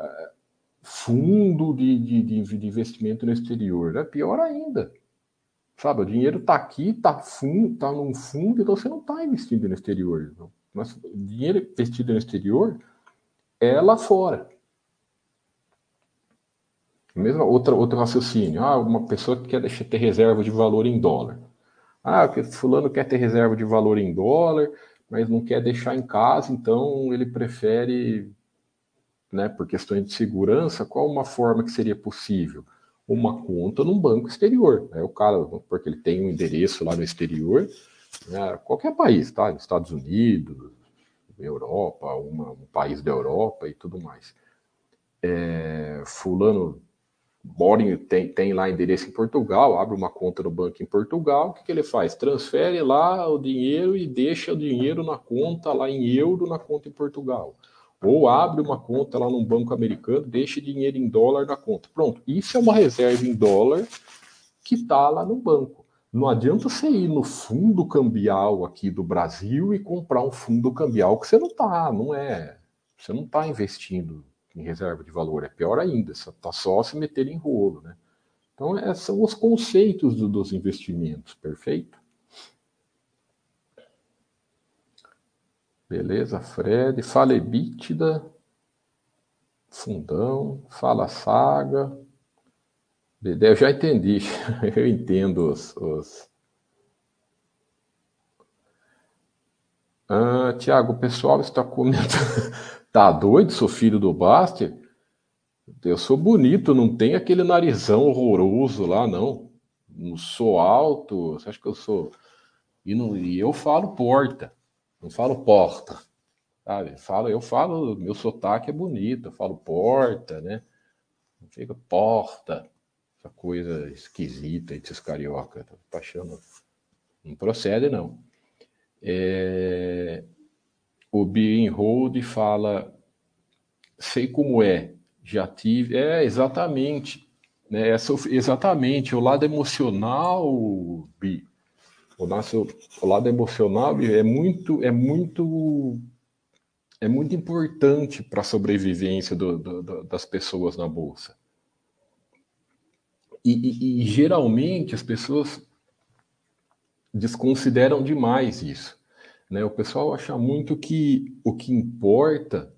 fundo de, de, de investimento no exterior. É pior ainda. Sabe, o dinheiro está aqui, está tá num fundo, então você não está investindo no exterior. Mas o dinheiro investido no exterior é lá fora. Mesmo outra, outro raciocínio. Ah, uma pessoa que quer deixar, ter reserva de valor em dólar. Ah, porque fulano quer ter reserva de valor em dólar, mas não quer deixar em casa, então ele prefere, né, por questões de segurança, qual uma forma que seria possível? Uma conta num banco exterior. Né? O cara, porque ele tem um endereço lá no exterior, né, qualquer país, tá? Estados Unidos, Europa, uma, um país da Europa e tudo mais. É, fulano mora em, tem, tem lá endereço em Portugal, abre uma conta no banco em Portugal, o que, que ele faz? Transfere lá o dinheiro e deixa o dinheiro na conta lá em euro na conta em Portugal. Ou abre uma conta lá num banco americano, deixa dinheiro em dólar na conta. Pronto, isso é uma reserva em dólar que está lá no banco. Não adianta você ir no fundo cambial aqui do Brasil e comprar um fundo cambial que você não está, não é. Você não está investindo em reserva de valor, é pior ainda, você está só se meter em rolo, né? Então, esses são os conceitos do, dos investimentos, perfeito? Beleza, Fred, fala EBITDA, fundão, fala saga. Eu já entendi, eu entendo os, os... Ah, Tiago, o pessoal está comentando. Tá doido, sou filho do Baster? Eu sou bonito, não tem aquele narizão horroroso lá, não. Não sou alto, você acha que eu sou. E, não, e eu falo porta, não falo porta, sabe? Falo, eu falo, meu sotaque é bonito, eu falo porta, né? Não fica porta, essa coisa esquisita aí desses carioca, tá achando? Não procede, não. É, o Being Hold fala, sei como é, já tive. É, exatamente. Né? Essa, exatamente, o lado emocional, Bi, o, nosso, o lado emocional Bi, é muito, é muito, é muito importante para a sobrevivência do, do, do, das pessoas na bolsa. E, e, e geralmente as pessoas desconsideram demais isso. Né? O pessoal acha muito que o que importa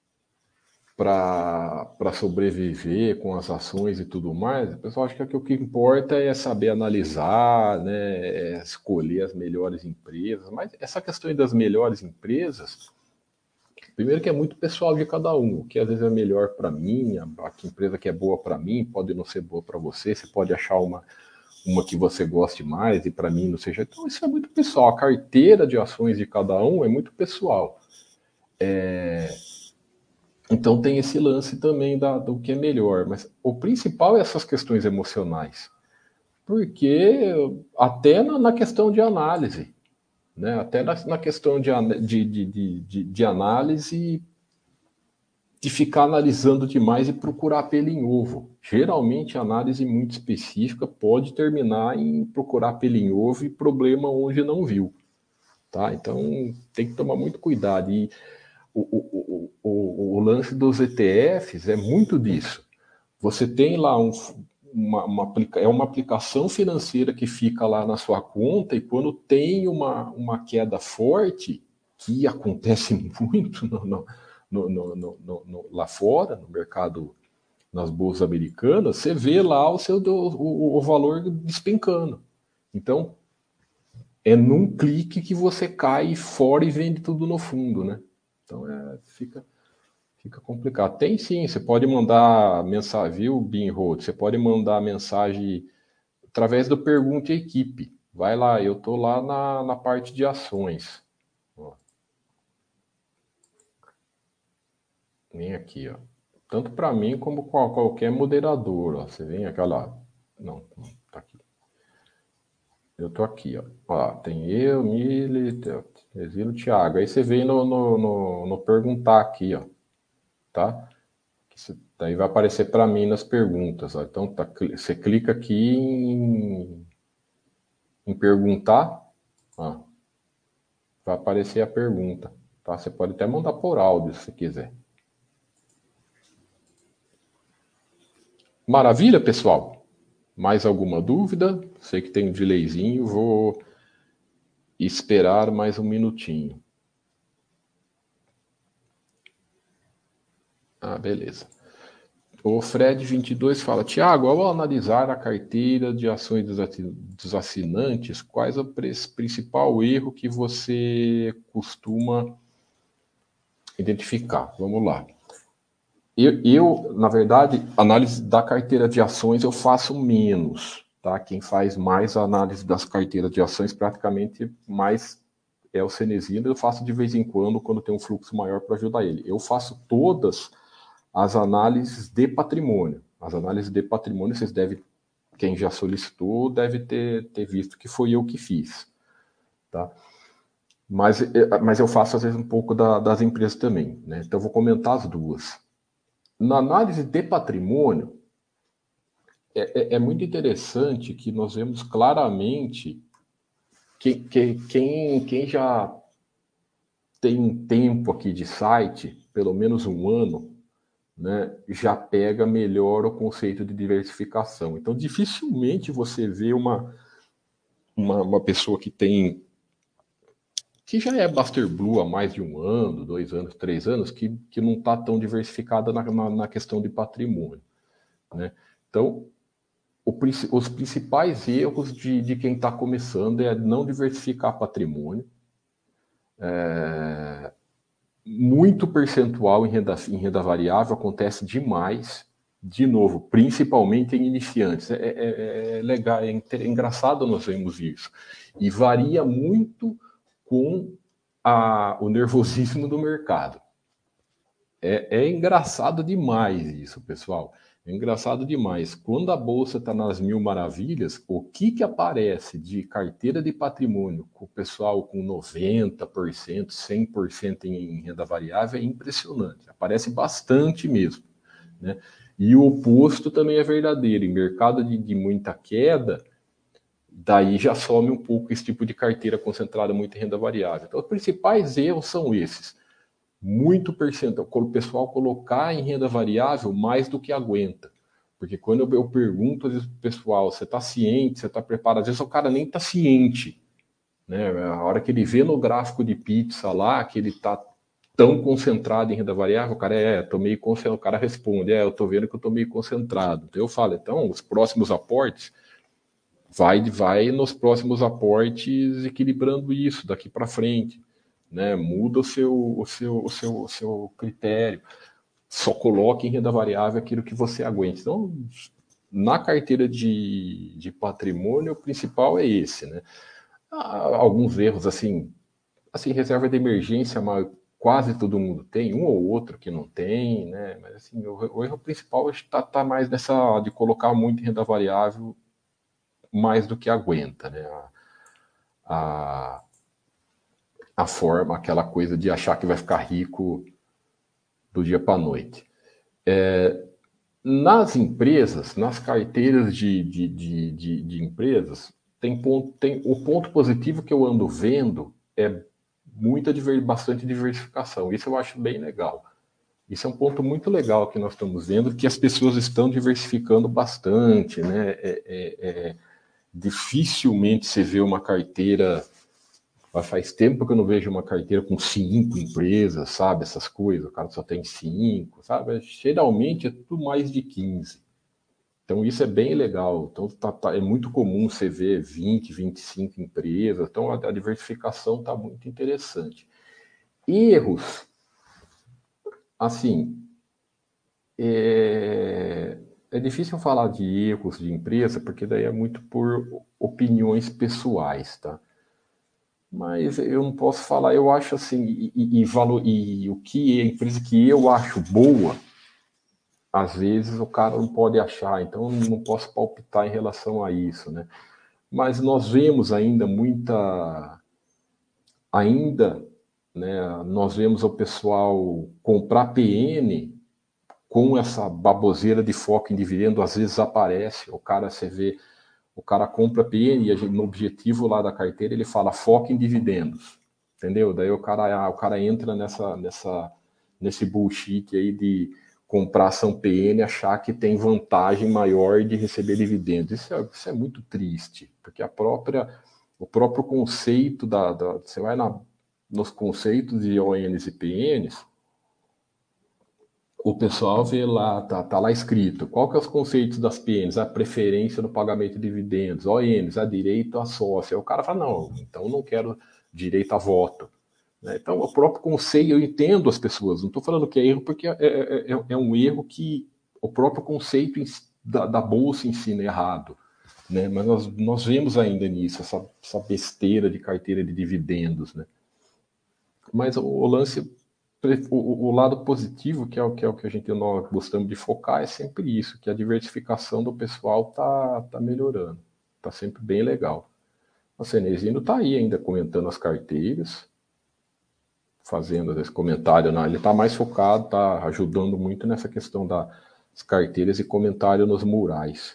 para sobreviver com as ações e tudo mais, o pessoal acha que o que importa é saber analisar, né, é escolher as melhores empresas, mas essa questão das melhores empresas, primeiro que é muito pessoal de cada um, o que às vezes é melhor para mim, a, a empresa que é boa para mim pode não ser boa para você, você pode achar uma, uma que você goste mais e para mim não seja. Então isso é muito pessoal, a carteira de ações de cada um é muito pessoal. É, Então tem esse lance também da, do que é melhor, mas o principal é essas questões emocionais, porque até na, na questão de análise, né? Até na, na questão de, de, de, de, de análise, de ficar analisando demais e procurar pelo em ovo. Geralmente a análise muito específica pode terminar em procurar pelo em ovo e problema onde não viu, tá? Então tem que tomar muito cuidado. E O, o, o, o, lance dos E T Fs é muito disso. Você tem lá um, uma, uma, é uma aplicação financeira que fica lá na sua conta e quando tem uma, uma queda forte, que acontece muito no, no, no, no, no, lá fora, no mercado, nas bolsas americanas, você vê lá o seu o, o valor despencando. Então, é num clique que você cai fora e vende tudo no fundo, né? Então, é, fica... Fica complicado. Tem sim, você pode mandar mensagem, viu, Binroad? Você pode mandar mensagem através do Pergunte Equipe. Vai lá, eu tô lá na, na parte de ações. Ó. Vem aqui, ó. Tanto para mim como para qualquer moderador. Ó. Você vem aqui, ó lá. Não, tá aqui. Eu tô aqui, ó. Ó tem eu, Mili, Exílio, Thiago. Aí você vem no, no, no, no perguntar aqui, ó. Tá? Daí vai aparecer para mim nas perguntas. Ó. Então tá, você clica aqui em, em perguntar, ó, vai aparecer a pergunta. Tá? Você pode até mandar por áudio se quiser. Maravilha, pessoal? Mais alguma dúvida? Sei que tem um delayzinho, vou esperar mais um minutinho. Ah, beleza. O Fred vinte e dois fala, Tiago, ao analisar a carteira de ações dos assinantes, quais é o principal erro que você costuma identificar? Vamos lá. Eu, eu, na verdade, análise da carteira de ações eu faço menos, tá? Quem faz mais a análise das carteiras de ações praticamente mais é o Cenezino, eu faço de vez em quando, quando tem um fluxo maior para ajudar ele. Eu faço todas as análises de patrimônio. As análises de patrimônio, vocês devem, quem já solicitou, deve ter, ter visto que foi eu que fiz, tá? Mas, mas eu faço, às vezes, um pouco da, das empresas também, né? Então, eu vou comentar as duas. Na análise de patrimônio, é, é, é muito interessante que nós vemos claramente que, que quem, quem já tem um tempo aqui de site, pelo menos um ano, né, já pega melhor o conceito de diversificação. Então, dificilmente você vê uma, uma, uma pessoa que tem que já é Buster Blue há mais de um ano, dois anos, três anos, que, que não está tão diversificada na, na, na questão de patrimônio, né? Então, o, os principais erros de, de quem está começando é não diversificar patrimônio, é, muito percentual em renda, em renda variável, acontece demais, de novo, principalmente em iniciantes. É, é, é legal, é, é engraçado nós vemos isso. E varia muito com a, o nervosismo do mercado. É, é engraçado demais isso, pessoal. É engraçado demais. Quando a bolsa está nas mil maravilhas, o que, que aparece de carteira de patrimônio com o pessoal com noventa por cento, cem por cento em renda variável é impressionante. Aparece bastante mesmo, né? E o oposto também é verdadeiro. Em mercado de, de muita queda, daí já some um pouco esse tipo de carteira concentrada muito em renda variável. Então, os principais erros são esses. Muito percentual, o pessoal colocar em renda variável mais do que aguenta. Porque quando eu, eu pergunto, às vezes, pro pessoal, você está ciente, você está preparado? Às vezes o cara nem está ciente, né? A hora que ele vê no gráfico de pizza lá, que ele está tão concentrado em renda variável, o cara é, tô meio concentrado, o cara responde, é, eu tô vendo que eu tô meio concentrado. Então eu falo, então, os próximos aportes, vai, vai nos próximos aportes equilibrando isso daqui para frente, né? Muda o seu, o seu, o seu, o seu critério. Só coloque em renda variável aquilo que você aguenta. Então, na carteira de, de patrimônio, o principal é esse, né? Há alguns erros, assim, assim, reserva de emergência, mas quase todo mundo tem, um ou outro que não tem, né? Mas, assim, o, o erro principal está tá mais nessa de colocar muito em renda variável mais do que aguenta, né? A, a, a forma, aquela coisa de achar que vai ficar rico do dia para a noite. É, nas empresas, nas carteiras de, de, de, de, de empresas, tem, ponto, tem o ponto positivo que eu ando vendo é muita bastante diversificação. Isso eu acho bem legal. Isso é um ponto muito legal que nós estamos vendo, que as pessoas estão diversificando bastante, né? É, é, é, dificilmente você vê uma carteira. Faz tempo que eu não vejo uma carteira com cinco empresas, sabe? Essas coisas, o cara só tem cinco, sabe? Geralmente é tudo mais de quinze. Então isso é bem legal. Então tá, tá, é muito comum você ver vinte, vinte e cinco empresas. Então a, a diversificação está muito interessante. Erros, assim, é, é difícil falar de erros de empresa, porque daí é muito por opiniões pessoais, tá? Mas eu não posso falar, eu acho assim, e, e, e, valor, e o que a empresa que eu acho boa, às vezes o cara não pode achar, então eu não posso palpitar em relação a isso, né? Mas nós vemos ainda muita, ainda, né, nós vemos o pessoal comprar P N com essa baboseira de foco em dividendo, às vezes aparece, o cara, você vê, o cara compra P N e a gente, no objetivo lá da carteira ele fala foco em dividendos, entendeu? Daí o cara, o cara entra nessa, nessa, nesse bullshit aí de comprar ação P N e achar que tem vantagem maior de receber dividendos. Isso é, isso é muito triste, porque a própria, o próprio conceito da, da você vai na, nos conceitos de O Ns e P Ns, o pessoal vê lá, tá, tá lá escrito, qual que é os conceitos das P Ns? A preferência no pagamento de dividendos, O Ns, a direito a sócio. Aí o cara fala, não, então não quero direito a voto. Então, o próprio conceito, eu entendo as pessoas, não estou falando que é erro, porque é, é, é, é um erro que o próprio conceito da, da bolsa ensina errado. Né? Mas nós, nós vemos ainda nisso, essa, essa besteira de carteira de dividendos. Né? Mas o, o lance o, o lado positivo, que é o, que é o que a gente nós gostamos de focar, é sempre isso, que a diversificação do pessoal tá, tá melhorando. Tá sempre bem legal. O Cenezino tá aí ainda comentando as carteiras, fazendo esse comentário. Ele está mais focado, está ajudando muito nessa questão das carteiras e comentário nos murais.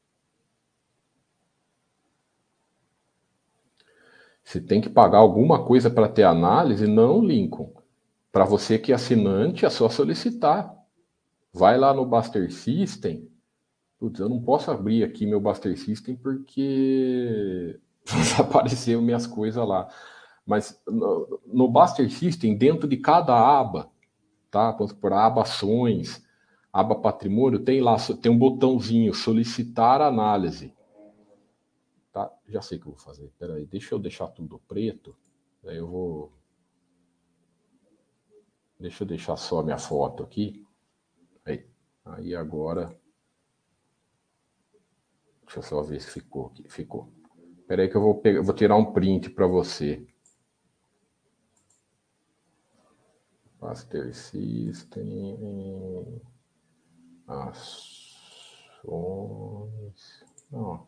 Você tem que pagar alguma coisa para ter análise? Não, Lincoln. Para você que é assinante, é só solicitar. Vai lá no Buster System. Putz, eu não posso abrir aqui meu Buster System porque apareceu minhas coisas lá. Mas no, no Buster System, dentro de cada aba, tá? Vamos por aba ações, aba patrimônio, tem lá, tem um botãozinho, solicitar análise. Tá? Já sei o que eu vou fazer. Espera aí, deixa eu deixar tudo preto. Aí eu vou... Deixa eu deixar só a minha foto aqui. Aí, aí agora... Deixa eu só ver se ficou aqui. Ficou. Espera aí que eu vou, pegar, vou tirar um print para você. Master System... Ações... Não.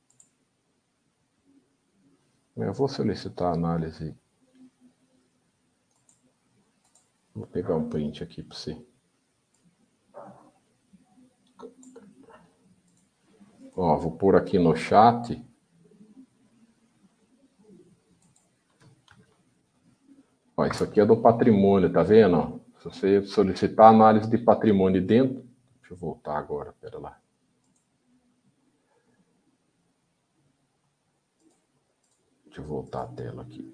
Eu vou solicitar análise. Vou pegar um print aqui para você. Ó, vou pôr aqui no chat. Ó, isso aqui é do patrimônio, tá vendo? Se você solicitar análise de patrimônio dentro... Deixa eu voltar agora, pera lá. Deixa eu voltar a tela aqui.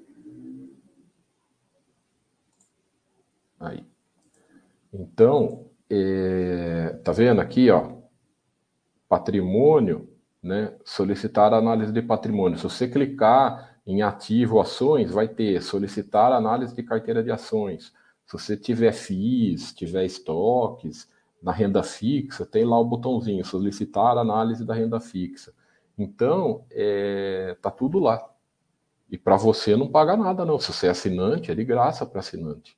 Aí. Então, é, tá vendo aqui, ó? Patrimônio, né? Solicitar análise de patrimônio. Se você clicar em ativo ações, vai ter solicitar análise de carteira de ações. Se você tiver F I Is, tiver estoques, na renda fixa, tem lá o botãozinho, solicitar análise da renda fixa. Então, é, tá tudo lá. E para você não paga nada, não. Se você é assinante, é de graça para assinante.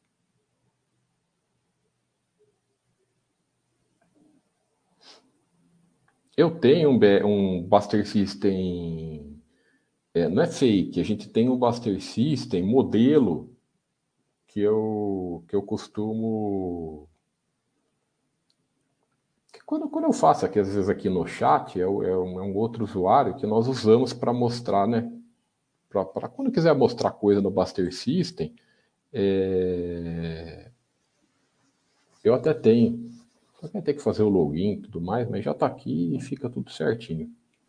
Eu tenho um, um Buster System, é, não é fake, a gente tem um Buster System modelo que eu, que eu costumo... Que quando, quando eu faço aqui, às vezes aqui no chat, é, é, um, é um outro usuário que nós usamos para mostrar, né? Para quando quiser mostrar coisa no Buster System, é... eu até tenho. Só vai ter que fazer o login e tudo mais, mas já está aqui e fica tudo certinho.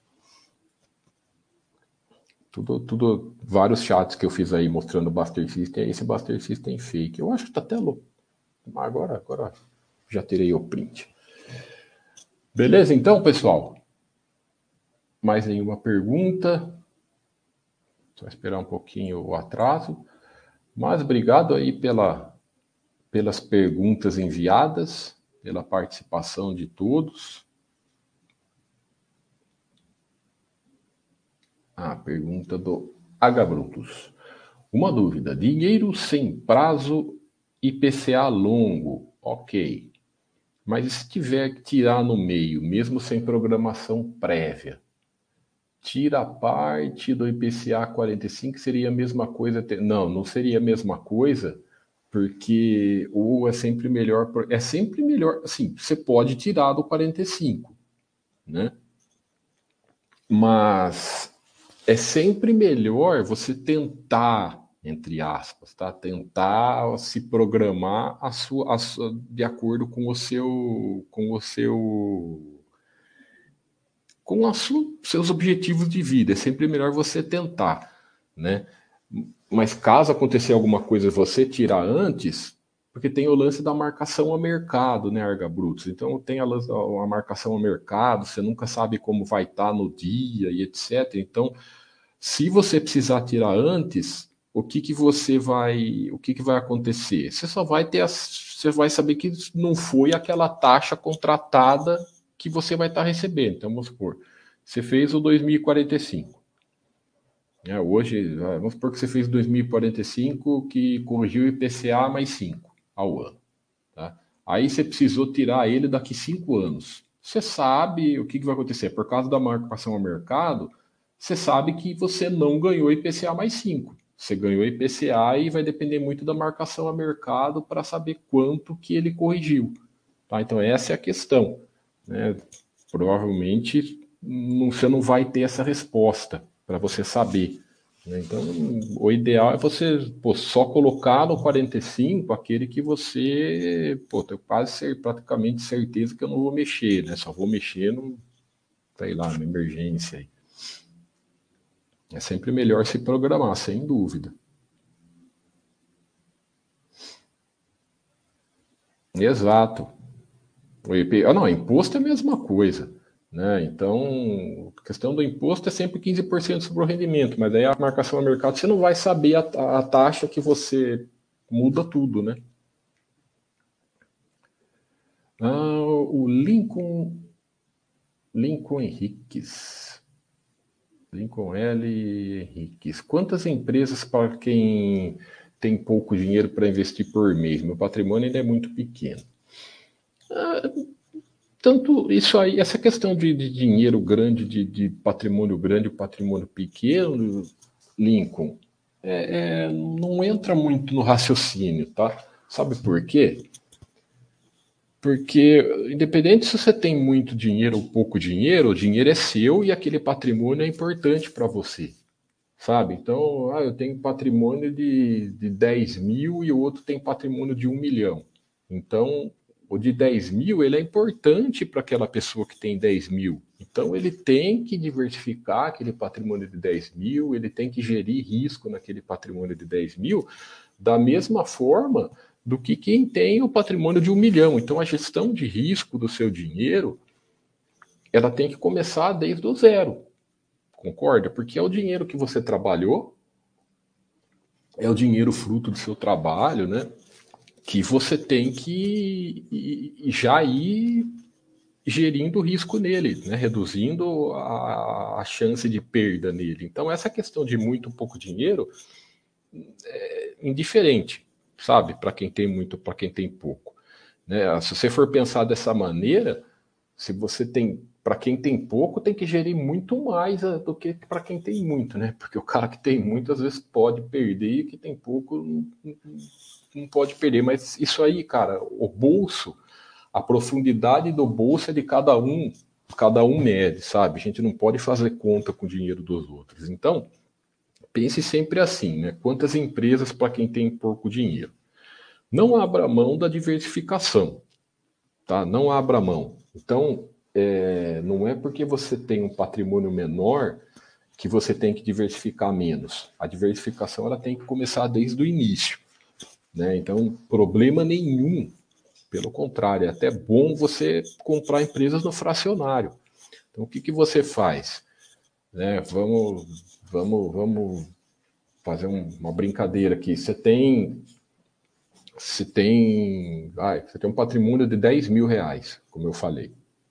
Tudo, tudo, vários chats que eu fiz aí mostrando o Buster System, é esse Buster System fake. Eu acho que está até louco. Agora, agora já terei o print. Beleza, então, pessoal? Mais nenhuma pergunta? Só esperar um pouquinho o atraso. Mas obrigado aí pela, pelas perguntas enviadas, pela participação de todos. A pergunta do H. Brutus. Uma dúvida. Dinheiro sem prazo I P C A longo. Ok. Mas se tiver que tirar no meio, mesmo sem programação prévia, tira a parte do I P C A quarenta e cinco, seria a mesma coisa? Ter... Não, não seria a mesma coisa, porque ou é sempre melhor... É sempre melhor... Assim, você pode tirar do quarenta e cinco, né? Mas é sempre melhor você tentar, entre aspas, tá? Tentar se programar a sua, a sua, de acordo com o seu, com o seu, com os seus objetivos de vida. É sempre melhor você tentar, né? Mas caso acontecer alguma coisa e você tirar antes, porque tem o lance da marcação a mercado, né, Arga Brutos? Então tem a, a marcação a mercado, você nunca sabe como vai estar no dia e etcétera. Então, se você precisar tirar antes, o que, que você vai, o que, que vai acontecer? Você só vai ter, você vai saber que não foi aquela taxa contratada que você vai estar recebendo. Então, vamos supor, você fez o dois mil e quarenta e cinco. É, hoje, vamos supor que você fez dois mil e quarenta e cinco, que corrigiu o I P C A mais cinco. ao ano. Tá? Aí você precisou tirar ele daqui cinco anos. Você sabe o que, que vai acontecer. Por causa da marcação ao mercado, você sabe que você não ganhou I P C A mais cinco. Você ganhou I P C A e vai depender muito da marcação a mercado para saber quanto que ele corrigiu. Tá? Então essa é a questão. Né? Provavelmente não, você não vai ter essa resposta para você saber. Né? Então o ideal é você pô, só colocar no quarenta e cinco aquele que você, pô, tenho quase ser, praticamente certeza que eu não vou mexer, né? Só vou mexer no, sei lá, numa emergência aí. É sempre melhor se programar, sem dúvida. Exato. O I P... Ah, não, imposto é a mesma coisa. Né? Então, a questão do imposto é sempre quinze por cento sobre o rendimento, mas aí a marcação a mercado você não vai saber a, a taxa que você muda tudo, né? Ah, o Lincoln, Lincoln Henriques. Lincoln L. Henriques. Quantas empresas para quem tem pouco dinheiro para investir por mês? Meu patrimônio ainda é muito pequeno. Ah, tanto isso aí, essa questão de, de dinheiro grande, de, de patrimônio grande, patrimônio pequeno, Lincoln, é, é, não entra muito no raciocínio, tá? Sabe por quê? Porque, independente se você tem muito dinheiro ou pouco dinheiro, o dinheiro é seu e aquele patrimônio é importante para você, sabe? Então, ah, eu tenho patrimônio de, de dez mil e o outro tem patrimônio de um milhão. Então, o de dez mil ele é importante para aquela pessoa que tem dez mil. Então, ele tem que diversificar aquele patrimônio de dez mil, ele tem que gerir risco naquele patrimônio de dez mil, da mesma forma do que quem tem o patrimônio de um milhão. Então, a gestão de risco do seu dinheiro, ela tem que começar desde o zero. Concorda? Porque é o dinheiro que você trabalhou, é o dinheiro fruto do seu trabalho, né? Que você tem que já ir gerindo o risco nele, né? Reduzindo a, a chance de perda nele. Então, essa questão de muito ou pouco dinheiro é indiferente, sabe? Para quem tem muito, para quem tem pouco. Né? Se você for pensar dessa maneira, se você tem, para quem tem pouco, tem que gerir muito mais do que para quem tem muito, né? Porque o cara que tem muito às vezes pode perder e que tem pouco não, não pode perder. Mas isso aí, cara, o bolso, a profundidade do bolso é de cada um, cada um mede, sabe? A gente não pode fazer conta com o dinheiro dos outros. Então, pense sempre assim, né? Quantas empresas para quem tem pouco dinheiro? Não abra mão da diversificação, tá? Não abra mão. Então, é, não é porque você tem um patrimônio menor que você tem que diversificar menos. A diversificação ela tem que começar desde o início, né? Então, problema nenhum. Pelo contrário, é até bom você comprar empresas no fracionário. Então, o que, que você faz? Né? Vamos, vamos, vamos fazer um, uma brincadeira aqui. Você tem, você tem, ah, você tem um patrimônio de dez mil reais, como eu falei.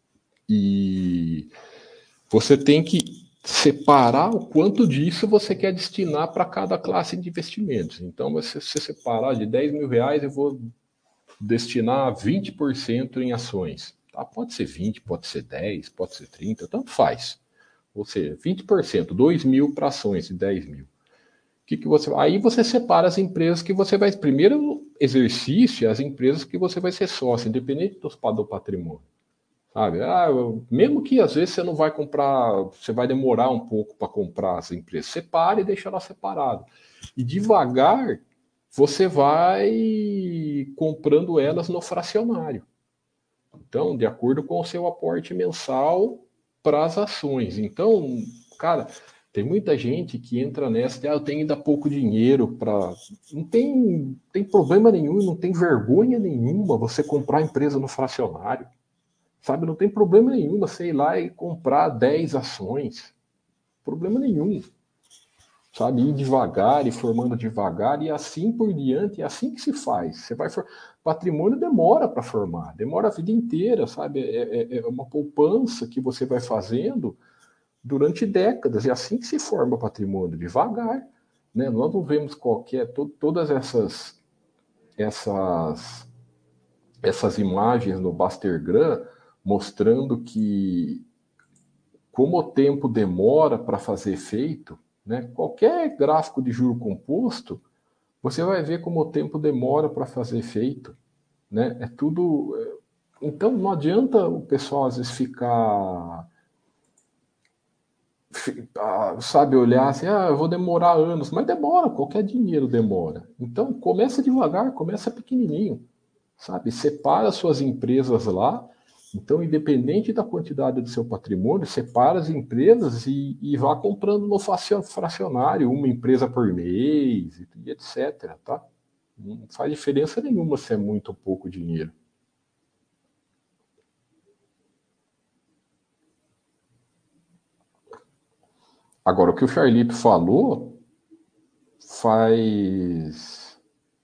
E você tem que separar o quanto disso você quer destinar para cada classe de investimentos. Então, você se separar de dez mil reais, eu vou destinar vinte por cento em ações. Tá? Pode ser vinte, pode ser dez, pode ser trinta, tanto faz. Ou seja, vinte por cento, dois mil para ações e dez mil. Que que você, aí você separa as empresas que você vai. Primeiro exercício, as empresas que você vai ser sócio, independente do, do patrimônio. Sabe? Ah, eu, mesmo que às vezes você não vai comprar, você vai demorar um pouco para comprar as empresas, separe e deixa ela separado. E devagar você vai comprando elas no fracionário. Então, de acordo com o seu aporte mensal para as ações. Então, cara, tem muita gente que entra nessa de, ah, eu tenho ainda pouco dinheiro para. Não tem, tem problema nenhum, não tem vergonha nenhuma você comprar a empresa no fracionário. Sabe, não tem problema nenhum você ir lá e comprar dez ações. Problema nenhum. Sabe, ir devagar e formando devagar e assim por diante, é assim que se faz. Você vai for... Patrimônio demora para formar, demora a vida inteira, sabe? É, é, é uma poupança que você vai fazendo durante décadas. É assim que se forma patrimônio, devagar. Né? Nós não vemos qualquer, to, todas essas essas, essas imagens no Bastergram mostrando que como o tempo demora para fazer efeito, né? Qualquer gráfico de juro composto, você vai ver como o tempo demora para fazer efeito, né? É tudo. Então não adianta o pessoal às vezes ficar, sabe, olhar assim, ah, eu vou demorar anos, mas demora, qualquer dinheiro demora. Então começa devagar, começa pequenininho, sabe? Separa suas empresas lá. Então, independente da quantidade do seu patrimônio, separa as empresas e, e vá comprando no fracionário, uma empresa por mês, e etc. Tá? Não faz diferença nenhuma se é muito ou pouco dinheiro. Agora, o que o Charlito falou faz.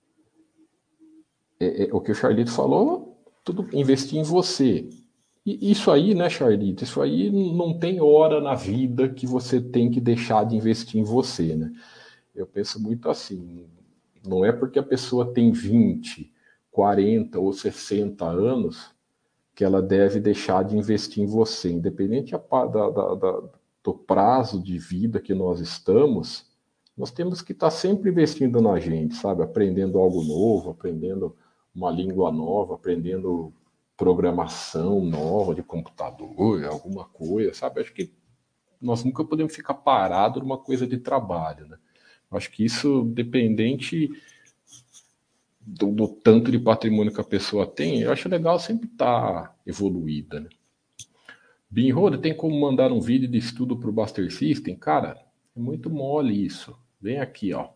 É, é, o que o Charlito falou, tudo investir em você. E isso aí, né, Charlito? Isso aí não tem hora na vida que você tem que deixar de investir em você, né? Eu penso muito assim, não é porque a pessoa tem vinte, quarenta ou sessenta anos que ela deve deixar de investir em você, independente da, da, da, do prazo de vida que nós estamos, nós temos que estar sempre investindo na gente, sabe? Aprendendo algo novo, aprendendo uma língua nova, aprendendo programação nova de computador, alguma coisa, sabe? Acho que nós nunca podemos ficar parados numa coisa de trabalho, né? Acho que isso, dependente do, do, tanto de patrimônio que a pessoa tem, eu acho legal sempre estar tá evoluída, né? Binroda, tem como mandar um vídeo de estudo para o Buster System? Cara, é muito mole isso. Vem aqui, ó.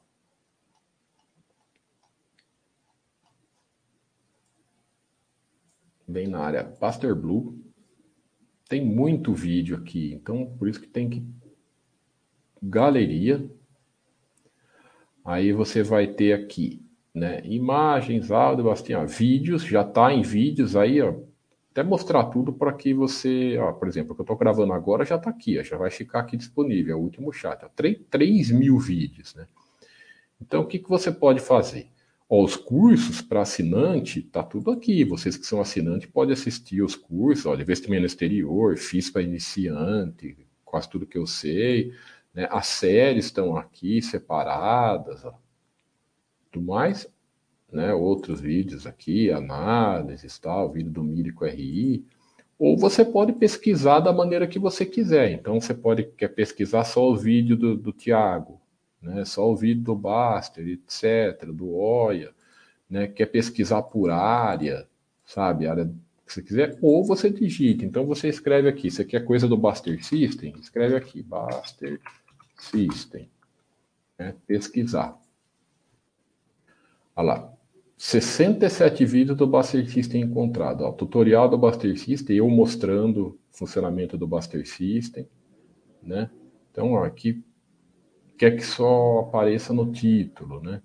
Vem na área Buster Blue. Tem muito vídeo aqui, então por isso que tem que galeria. Aí você vai ter aqui, né? Imagens, áudio, bastante, vídeos, já tá em vídeos aí, ó. Até mostrar tudo para que você, ó, por exemplo, o que eu estou gravando agora já está aqui, ó, já vai ficar aqui disponível, é o último chat, ó, três mil vídeos, né? Então, o que, que você pode fazer? Ó, os cursos para assinante, tá tudo aqui. Vocês que são assinantes podem assistir os cursos, ó, de investimento no exterior, fiz para iniciante, quase tudo que eu sei, né? As séries estão aqui separadas, ó. Tudo mais, né? Outros vídeos aqui, análises, tal, vídeo do Mírico R I. Ou você pode pesquisar da maneira que você quiser. Então você pode quer pesquisar só o vídeo do, do Tiago, né? Só o vídeo do Baster, etc, do Oia, né? Quer pesquisar por área, sabe? Área que você quiser, ou você digita. Então você escreve aqui, você quer coisa do Buster System? Escreve aqui, Buster System, né? Pesquisar. Olha lá. sessenta e sete vídeos do Buster System encontrado. Ó, tutorial do Buster System, eu mostrando o funcionamento do Buster System, né? Então, ó, aqui quer que só apareça no título, né?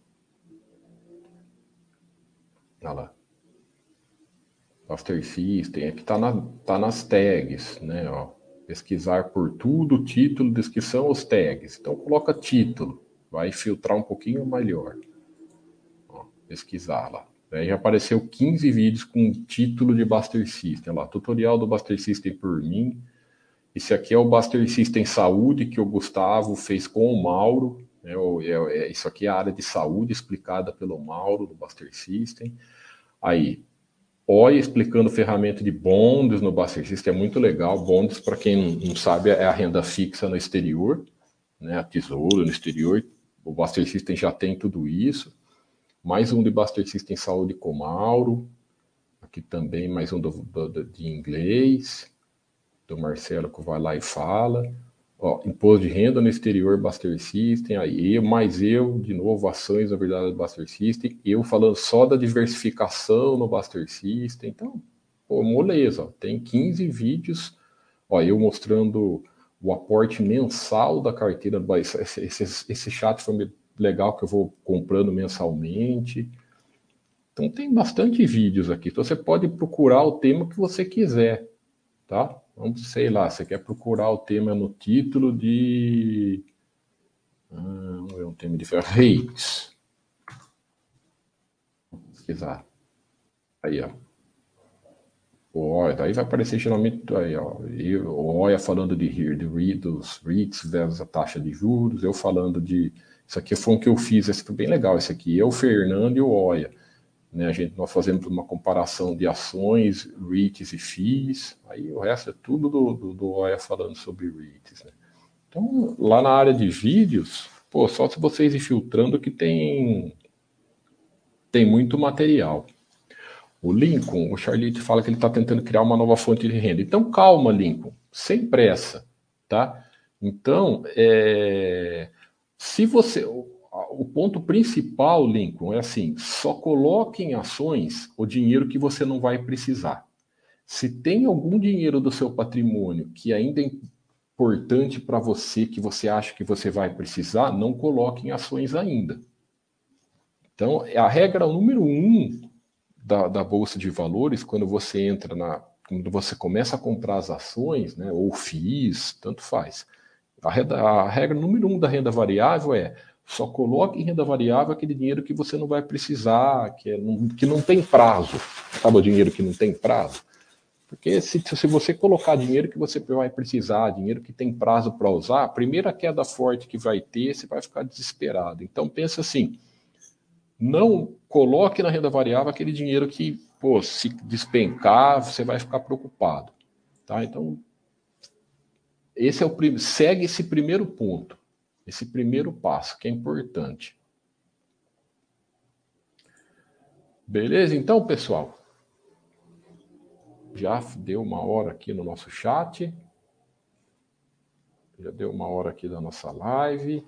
Olha lá. Buster System, aqui tá, na, tá nas tags, né? Ó, pesquisar por tudo, título, descrição, os tags. Então, coloca título, vai filtrar um pouquinho melhor. Ó, pesquisar lá. Aí já apareceu quinze vídeos com título de Buster System. Lá, tutorial do Buster System por mim. Esse aqui é o Buster System Saúde, que o Gustavo fez com o Mauro. É, é, é, isso aqui é a área de saúde explicada pelo Mauro, do Buster System. Aí, Oi explicando ferramenta de bonds no Buster System, é muito legal. Bonds, para quem não sabe, é a renda fixa no exterior, né? A tesouro no exterior. O Buster System já tem tudo isso. Mais um de Buster System Saúde com Mauro. Aqui também mais um do, do, de inglês, do Marcelo que vai lá e fala. Ó, imposto de renda no exterior, Buster System. Aí eu, mais eu, de novo, ações na verdade do Buster System. Eu falando só da diversificação no Buster System. Então, pô, moleza. Ó, tem quinze vídeos. Ó, eu mostrando o aporte mensal da carteira. Esse, esse, esse chat foi legal que eu vou comprando mensalmente. Então tem bastante vídeos aqui. Então você pode procurar o tema que você quiser, tá? Vamos, sei lá, você quer procurar o tema no título de... Ah, vamos ver um tema de reis. pesquisar. Aí, ó. O O I A, daí vai aparecer geralmente aí, ó, o O I A falando de, de dos REITs versus a taxa de juros, eu falando de. Isso aqui foi o que eu fiz, esse foi bem legal, esse aqui. Eu, Fernando e o O I A. Né, a gente, nós fazemos uma comparação de ações, REITs e F I Is, aí o resto é tudo do, do, do O I A falando sobre REITs. Né? Então, lá na área de vídeos, pô, só se vocês ir filtrando que tem, tem muito material. O Lincoln, o Charlie fala que ele está tentando criar uma nova fonte de renda. Então, calma, Lincoln, sem pressa, tá? Então, é, se você, o, o ponto principal, Lincoln, é assim: só coloque em ações o dinheiro que você não vai precisar. Se tem algum dinheiro do seu patrimônio que ainda é importante para você, que você acha que você vai precisar, não coloque em ações ainda. Então, a regra número um Da, da bolsa de valores, quando você entra na, quando você começa a comprar as ações, né, ou F I Is, tanto faz. A, renda, a regra número um da renda variável é: só coloque em renda variável aquele dinheiro que você não vai precisar, que, é, não, que não tem prazo. Sabe o dinheiro que não tem prazo? Porque se, se você colocar dinheiro que você vai precisar, dinheiro que tem prazo para usar, a primeira queda forte que vai ter, você vai ficar desesperado. Então pensa assim: não coloque na renda variável aquele dinheiro que, pô, se despencar, você vai ficar preocupado. Tá? Então, esse é o prim... segue esse primeiro ponto, esse primeiro passo, que é importante. Beleza? Então, pessoal, já deu uma hora aqui no nosso chat. Já deu uma hora aqui da nossa live.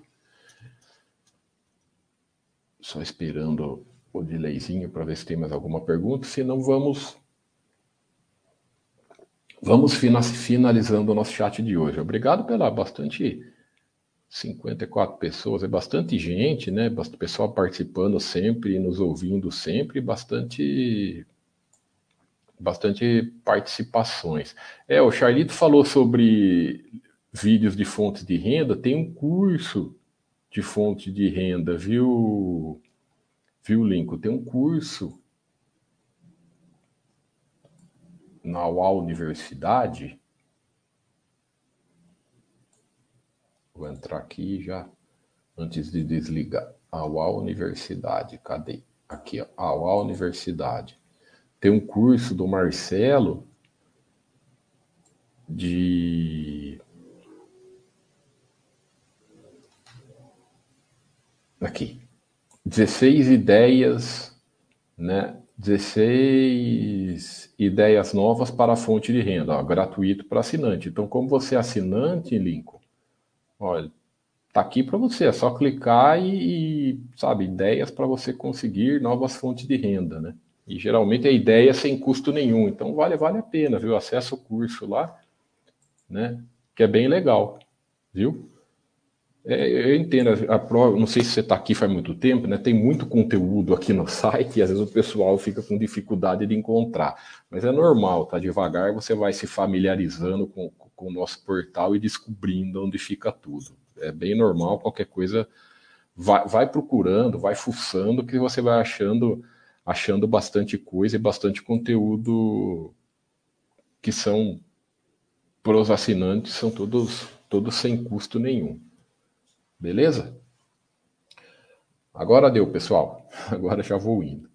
Só esperando o delayzinho para ver se tem mais alguma pergunta. Se não, vamos vamos finalizando o nosso chat de hoje. Obrigado pela bastante cinquenta e quatro pessoas, é bastante gente, né? Bastante pessoal participando sempre, nos ouvindo sempre, bastante bastante participações. É, o Charlito falou sobre vídeos de fontes de renda, tem um curso de fonte de renda, viu? Viu, Lincoln? Tem um curso na U A Universidade. Vou entrar aqui já, antes de desligar. A U A Universidade, cadê? Aqui, ó, a U A Universidade. Tem um curso do Marcelo de... Aqui. dezesseis ideias, né? dezesseis ideias novas para a fonte de renda, ó, gratuito para assinante. Então, como você é assinante, Lincoln, olha, tá aqui para você, é só clicar e, sabe, ideias para você conseguir novas fontes de renda, né? E geralmente é ideia sem custo nenhum, então vale, vale a pena, viu? Acessa o curso lá, né? Que é bem legal, viu? É, eu entendo, a prova, não sei se você está aqui faz muito tempo, né? Tem muito conteúdo aqui no site e às vezes o pessoal fica com dificuldade de encontrar. Mas é normal, tá? Devagar você vai se familiarizando com, com o nosso portal e descobrindo onde fica tudo. É bem normal, qualquer coisa, vai, vai procurando, vai fuçando, que você vai achando, achando bastante coisa e bastante conteúdo que são, para os assinantes, são todos, todos sem custo nenhum. Beleza? Agora deu, pessoal. Agora já vou indo.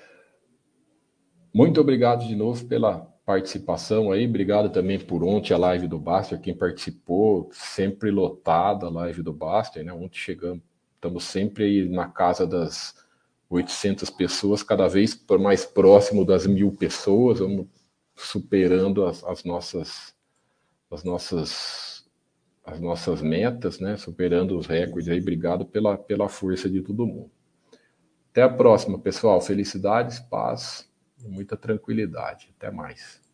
Muito obrigado de novo pela participação aí. Obrigado também por ontem a live do Baster. Quem participou, sempre lotada a live do Baster, né? Ontem chegamos, estamos sempre aí na casa das oitocentas pessoas, cada vez mais próximo das mil pessoas. Vamos superando as, as nossas as nossas as nossas metas, né? Superando os recordes aí. Obrigado pela, pela força de todo mundo. Até a próxima, pessoal. Felicidades, paz e muita tranquilidade. Até mais.